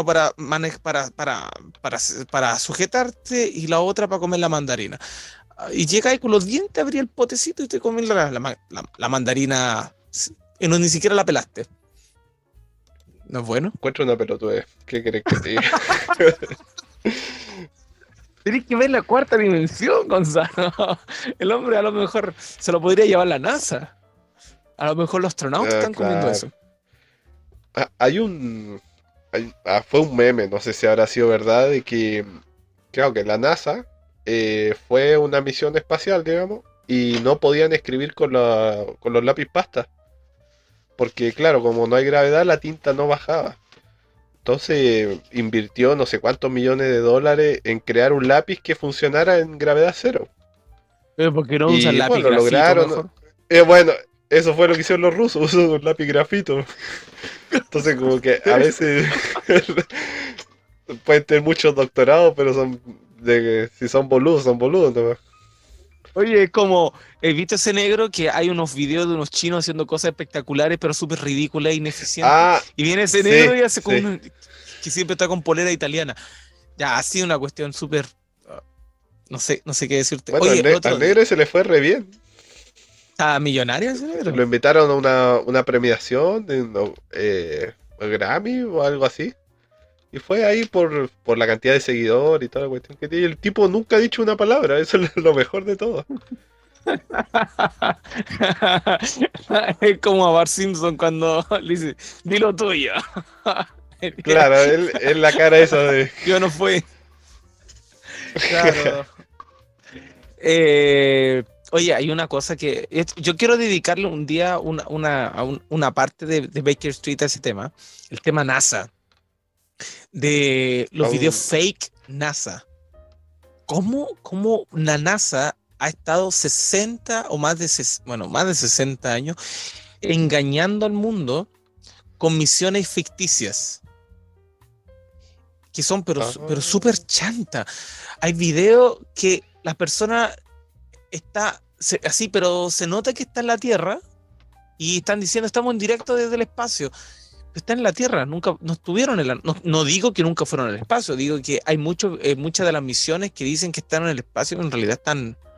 para sujetarte y la otra para comer la mandarina. Y llega ahí con los dientes, abrí el potecito y te comes la mandarina y no ni siquiera la pelaste. ¿No es bueno? Encuentro una pelotudez. ¿Qué querés que te diga? Tienes que ver la cuarta dimensión, Gonzalo. El hombre a lo mejor se lo podría llevar la NASA. A lo mejor los astronautas Ah, están comiendo claro. eso. Hay fue un meme, no sé si habrá sido verdad, de que, creo que la NASA fue una misión espacial, digamos, y no podían escribir con los lápiz pasta, porque claro, como no hay gravedad, la tinta no bajaba. Entonces invirtió no sé cuántos millones de dólares en crear un lápiz que funcionara en gravedad cero. Pero ¿por qué no usan Y lápiz bueno, lo grafito lograron. mejor? Bueno, eso fue lo que hicieron los rusos, usaron un lápiz grafito. Entonces como que a veces pueden tener muchos doctorados, pero si son boludos nomás. Oye, es como, he visto ese negro que hay unos videos de unos chinos haciendo cosas espectaculares, pero súper ridículas e ineficientes. Ah, Y viene ese sí, negro y hace como sí. que siempre está con polera italiana. Ya, ha sido una cuestión súper, no sé qué decirte. Bueno, Oye, el al otro día, negro se le fue re bien. ¿está millonario ese negro? Lo invitaron a una premiación de Grammy o algo así. Y fue ahí por la cantidad de seguidores y toda la cuestión que tiene. Y el tipo nunca ha dicho una palabra, eso es lo mejor de todo. Es como a Bart Simpson cuando le dice, dilo tuyo. Claro, él es la cara esa de... Yo no fui. Claro. Oye, hay una cosa yo quiero dedicarle un día una parte de Baker Street a ese tema, el tema NASA, de los videos aún- fake NASA. ¿Cómo la NASA ha estado 60 o más de 60 años engañando al mundo con misiones ficticias? Que son ah, pero súper chanta. Hay videos que la persona así, pero se nota que está en la Tierra y están diciendo estamos en directo desde el espacio. Está en la Tierra, nunca no estuvieron no digo que nunca fueron al espacio, digo que hay muchas de las misiones que dicen que están en el espacio, en realidad están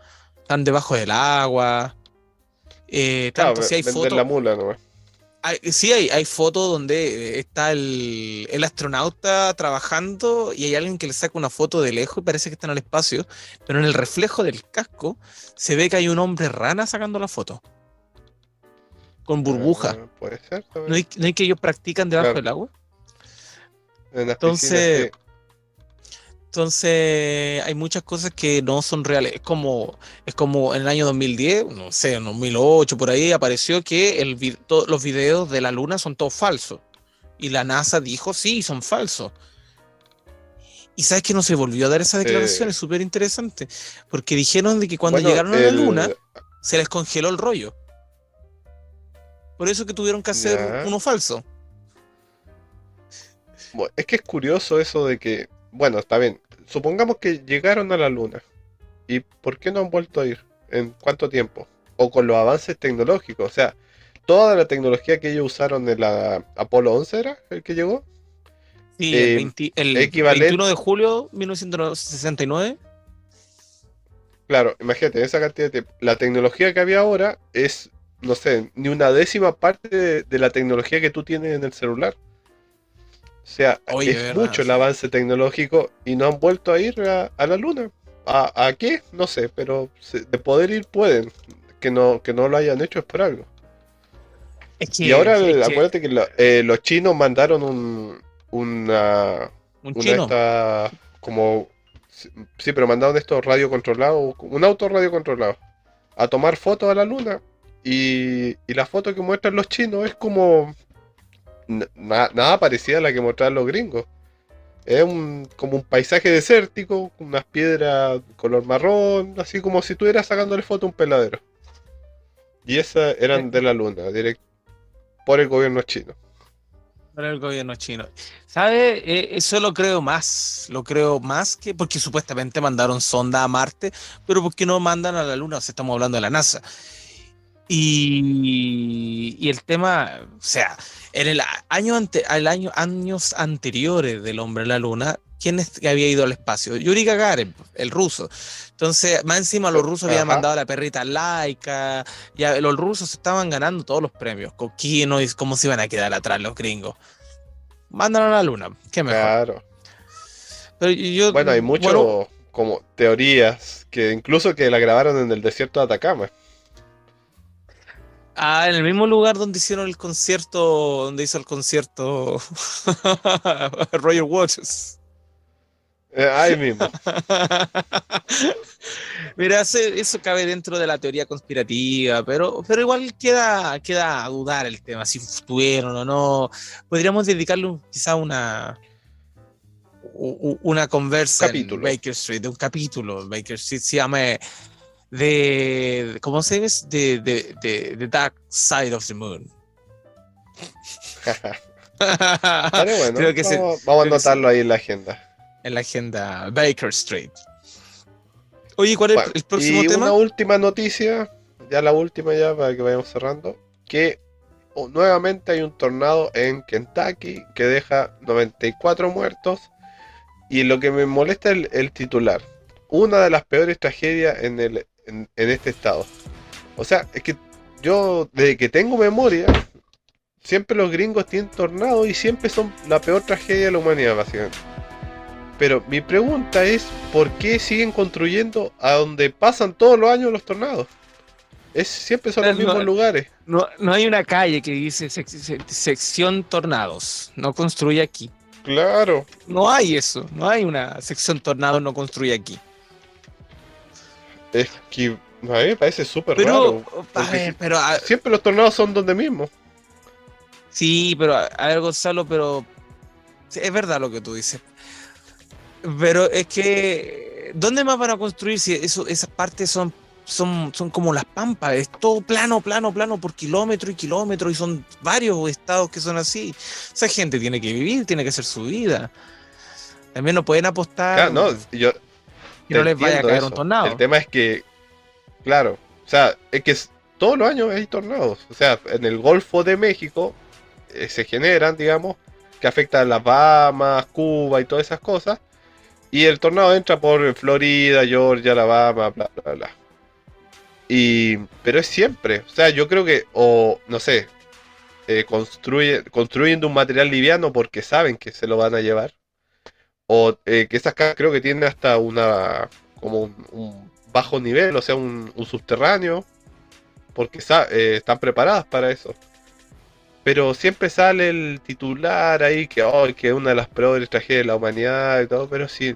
están debajo del agua. Claro, Tanto si hay vender la fotos, mula nomás. sí hay fotos donde está el astronauta trabajando y hay alguien que le saca una foto de lejos y parece que está en el espacio, pero en el reflejo del casco se ve que hay un hombre rana sacando la foto, con burbuja. Puede ser ¿No también. hay que ellos practican debajo Claro, del agua? en las piscinas Entonces, sí. entonces hay muchas cosas que no son reales. Es como en el año 2010, no sé, en 2008, por ahí apareció que los videos de la luna son todos falsos. Y la NASA dijo, sí, son falsos. Y sabes que no se volvió a dar esa declaración, Eh, es súper interesante, porque dijeron de que cuando bueno, llegaron a la Luna se les congeló el rollo. Por eso que tuvieron que hacer ya. uno falso. Bueno, es que es curioso eso de que, bueno, está bien. Supongamos que llegaron a la luna. ¿Y por qué no han vuelto a ir? ¿En cuánto tiempo? O con los avances tecnológicos. O sea, toda la tecnología que ellos usaron en la Apolo 11 era el que llegó. Sí, Eh, el 21 equivalente, de julio de 1969. claro, imagínate, esa cantidad de tiempo. La tecnología que había ahora es, no sé, ni una décima parte de la tecnología que tú tienes en el celular. O sea, Oye, es ¿verdad? mucho el avance tecnológico y no han vuelto a ir a la luna. ¿A qué? No sé, pero de poder ir pueden. Que no lo hayan hecho es por algo. Y ahora Es que acuérdate que los chinos mandaron una, un una de chino. estas como... Sí, pero mandaron estos radio controlados, un auto radio controlado, a tomar fotos a la luna. Y la foto que muestran los chinos es como... nada parecida a la que mostraron los gringos. Es como un paisaje desértico, unas piedras color marrón, así como si estuvieras sacándole foto a un peladero. Y esas eran de la luna, por el gobierno chino. Para el gobierno chino. ¿Sabe? Eso lo creo más que porque supuestamente mandaron sonda a Marte, pero ¿por qué no mandan a la Luna? O sea, estamos hablando de la NASA. Y el tema, o sea, en años anteriores del hombre a la Luna, ¿quién es que había ido al espacio? Yuri Gagarin, el ruso. Entonces, más encima los rusos habían Ajá, mandado a la perrita Laika, ya los rusos estaban ganando todos los premios. ¿Con quién no? ¿Cómo se iban a quedar atrás los gringos? Mandan a la Luna, qué mejor. claro. Pero yo, Bueno, hay bueno, mucho como teorías que incluso que la grabaron en el desierto de Atacama. en el mismo lugar donde hicieron el concierto, donde hizo el concierto Roger Waters. Ahí mismo. Mira, eso cabe dentro de la teoría conspirativa, pero igual queda a dudar el tema, si estuvieron o no. Podríamos dedicarle quizá una conversa en Capítulo. Baker Street, de un capítulo. Baker Street se llama ¿cómo se llama? The Dark Side of the Moon. Estaría Creo bueno. que sí, Vamos a creo que sí, anotarlo ahí en la agenda. en la agenda Baker Street. Oye, ¿cuál es Bueno, el próximo y una tema? última noticia, ya la última ya para que vayamos cerrando, que nuevamente hay un tornado en Kentucky que deja 94 muertos y lo que me molesta es el titular, una de las peores tragedias en este estado. O sea, es que yo desde que tengo memoria, siempre los gringos tienen tornados y siempre son la peor tragedia de la humanidad, básicamente. Pero mi pregunta es, ¿por qué siguen construyendo a donde pasan todos los años los tornados? Siempre son los No, mismos lugares. no hay una calle que dice sección tornados, no construye aquí. Claro, No hay eso, no hay una sección tornados, no construye aquí. es que a mí me parece súper Pero, raro. a Porque ver, siempre los tornados son donde mismo. sí, pero a ver, Gonzalo, pero sí, es verdad lo que tú dices. Pero es que, ¿dónde más van a construir si esas partes son como las pampas? Es todo plano, plano, plano por kilómetro y kilómetro y son varios estados que son así. Esa gente tiene que vivir, tiene que hacer su vida. También no pueden apostar Claro, no, yo que te no les vaya a entiendo caer un eso. El tornado. tema es que, claro, o sea, es que todos los años hay tornados. O sea, en el Golfo de México se generan, digamos, que afectan las Bahamas, Cuba y todas esas cosas. Y el tornado entra por Florida, Georgia, Alabama, bla, bla, bla. Pero es siempre. O sea, yo creo que, o no sé, construyen de un material liviano porque saben que se lo van a llevar. O que esas casas creo que tienen hasta como un bajo nivel, o sea, un subterráneo, porque están preparadas para eso. Pero siempre sale el titular ahí que, oh, que es una de las peores tragedias de la humanidad y todo, pero sí,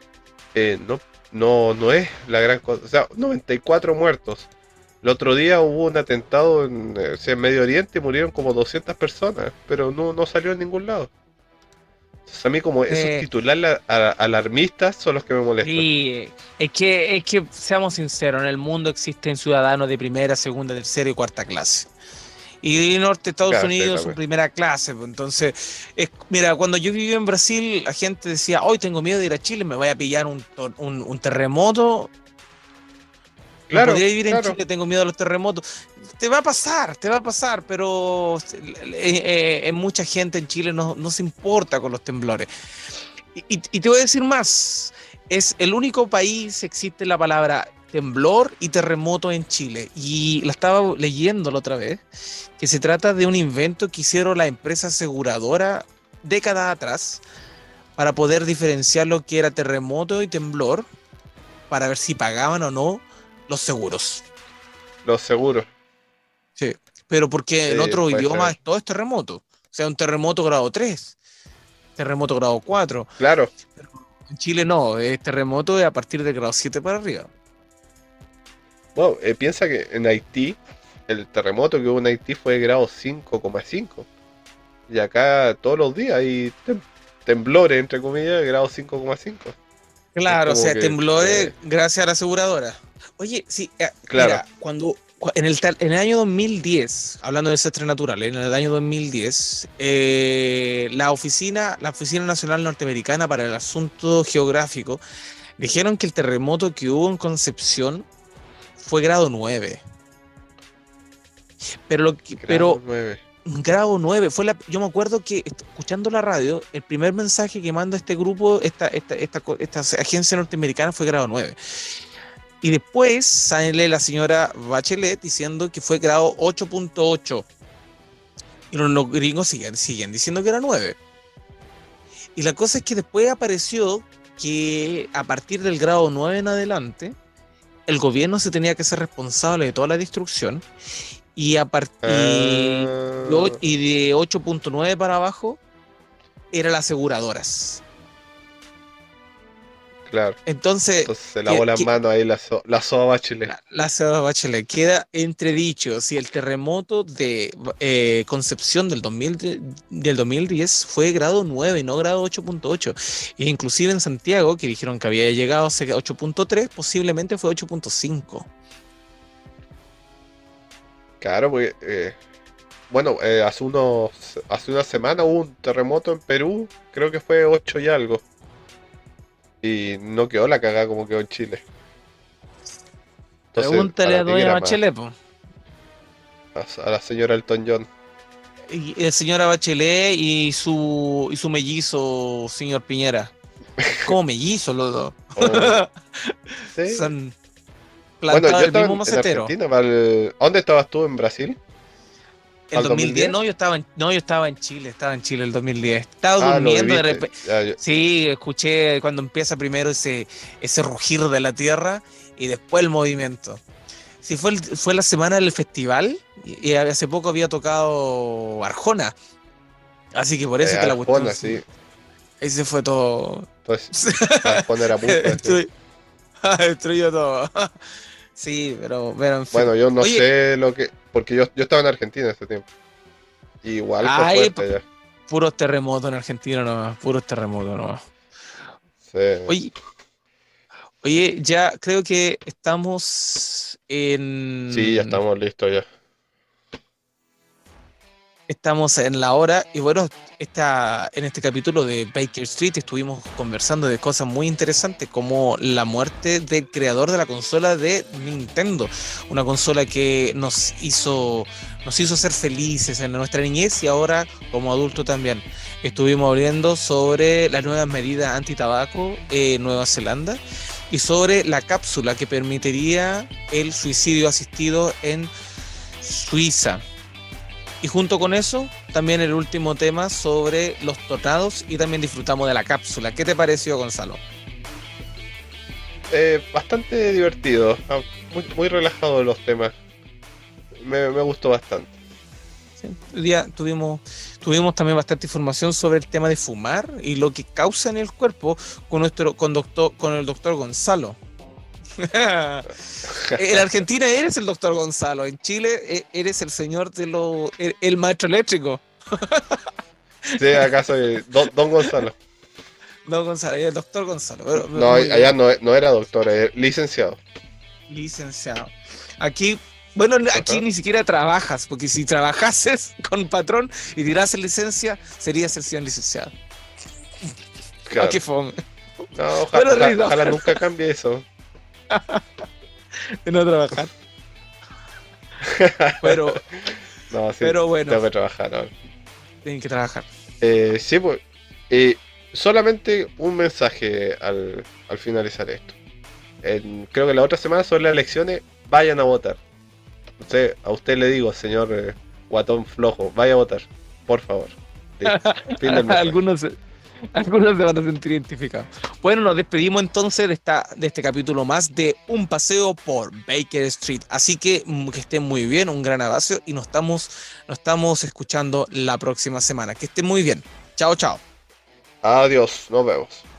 no es la gran cosa. O sea, 94 muertos. El otro día hubo un atentado en Medio Oriente y murieron como 200 personas, pero no salió en ningún lado. Entonces a mí como esos Eh, titulares alarmistas son los que me molestan. sí, es que, seamos sinceros, en el mundo existen ciudadanos de primera, segunda, tercera y cuarta clase. Y norte Estados Claro, sí, Unidos son también. primera clase, pues. Entonces, mira, cuando yo viví en Brasil, la gente decía, hoy tengo miedo de ir a Chile, me voy a pillar un terremoto. No Claro, podría vivir en claro. Chile, tengo miedo a los terremotos. Te va a pasar, pero en mucha gente en Chile no se importa con los temblores. Y te voy a decir más, es el único país, existe la palabra temblor y terremoto en Chile. Y la estaba leyendo la otra vez, que se trata de un invento que hicieron la empresa aseguradora décadas atrás para poder diferenciar lo que era terremoto y temblor, para ver si pagaban o no los seguros. Lo seguro. Sí. Pero porque en otro Puede idioma ser. todo es terremoto. O sea, un terremoto grado 3, terremoto grado 4. Claro. En Chile no, es terremoto a partir de grado 7 para arriba. Bueno, piensa que en Haití, el terremoto que hubo en Haití fue de grado 5,5. Y acá todos los días hay temblores, entre comillas, de grado 5,5. Es Claro, o como sea, que, temblores gracias a la aseguradora. Oye, sí, claro, mira, en el año 2010, hablando de desastres naturales, en el año 2010, la Oficina Nacional Norteamericana para el Asunto Geográfico dijeron que el terremoto que hubo en Concepción fue grado 9. Pero grado 9. grado 9 yo me acuerdo que escuchando la radio, el primer mensaje que manda este grupo, esta agencia norteamericana fue grado 9. Y después sale la señora Bachelet diciendo que fue grado 8.8. Y los gringos siguen diciendo que era 9. Y la cosa es que después apareció que a partir del grado 9 en adelante, el gobierno se tenía que ser responsable de toda la destrucción. Y, Ah, y de 8.9 para abajo eran las aseguradoras. claro. Entonces, Entonces se lavó las manos ahí la SOA Bachelet. la Seba Bachelet queda entredicho si el terremoto de Concepción del 2010 fue grado 9 y no grado 8.8. E inclusive en Santiago, que dijeron que había llegado a 8.3, posiblemente fue 8.5. Claro, porque, bueno, hace una semana hubo un terremoto en Perú, creo que fue 8 y algo. Y no quedó la cagada como quedó en Chile. Entonces, Pregúntale ¿para a qué doña quiera más? Bachelet, po. A la señora Elton John. Y la señora Bachelet y su mellizo, señor Piñera. Como mellizo los dos. Oh, sí. Son Bueno, plantados yo del estaba mismo en macetero. Argentina. ¿Dónde estabas tú? ¿En Brasil? El ¿Para el 2010, 2010? no, yo estaba en Chile el 2010. Estaba Ah, lo durmiendo de viviste. repente. Ya, Sí, escuché cuando empieza primero ese rugir de la tierra y después el movimiento. Sí, fue la semana del festival y hace poco había tocado Arjona. Así que por eso que la cuestión, Arjona, sí. ese fue todo. Entonces, Arjona era mucho, sí. Destruyó todo. Sí, pero en fin. Bueno, yo no Oye, sé lo que. Porque yo estaba en Argentina ese tiempo. Igual fue hay fuerte allá. puros terremotos en Argentina nomás, puros terremotos nomás. Sí, Oye, oye, ya creo que estamos sí, ya en estamos listos ya. Estamos en la hora y bueno, en este capítulo de Baker Street estuvimos conversando de cosas muy interesantes como la muerte del creador de la consola de Nintendo, una consola que nos hizo ser felices en nuestra niñez y ahora como adultos también. Estuvimos hablando sobre las nuevas medidas anti-tabaco en Nueva Zelanda y sobre la cápsula que permitiría el suicidio asistido en Suiza. Y junto con eso, también el último tema sobre los tornados y también disfrutamos de la cápsula. ¿Qué te pareció, Gonzalo? Bastante divertido, muy relajado los temas. Me gustó bastante. Sí. Hoy día tuvimos también bastante información sobre el tema de fumar y lo que causa en el cuerpo con el doctor Gonzalo. En Argentina eres el doctor Gonzalo, en Chile eres el señor el maestro eléctrico. Sí, acá soy Don Gonzalo. No, Gonzalo, el doctor Gonzalo. No, allá no era doctor, era licenciado. Licenciado. Aquí, bueno, aquí ni siquiera trabajas, porque si trabajases con patrón y tirases licencia, serías el señor licenciado. Claro. Qué fome. No, Bueno, ojalá nunca cambie eso. De no trabajar. Pero, No, sí, pero bueno, tengo que trabajar ahora. tienen que trabajar. Sí, pues. Solamente un mensaje al finalizar esto. Creo que la otra semana sobre las elecciones, vayan a votar. A usted le digo, señor guatón flojo, vaya a votar, por favor. Listo. Fin del mensaje. Algunos se van a sentir identificados. Bueno, nos despedimos entonces de este capítulo más de Un paseo por Baker Street. Así que estén muy bien, un gran abrazo y nos estamos escuchando la próxima semana. Que estén muy bien. Chao, chao. Adiós, nos vemos.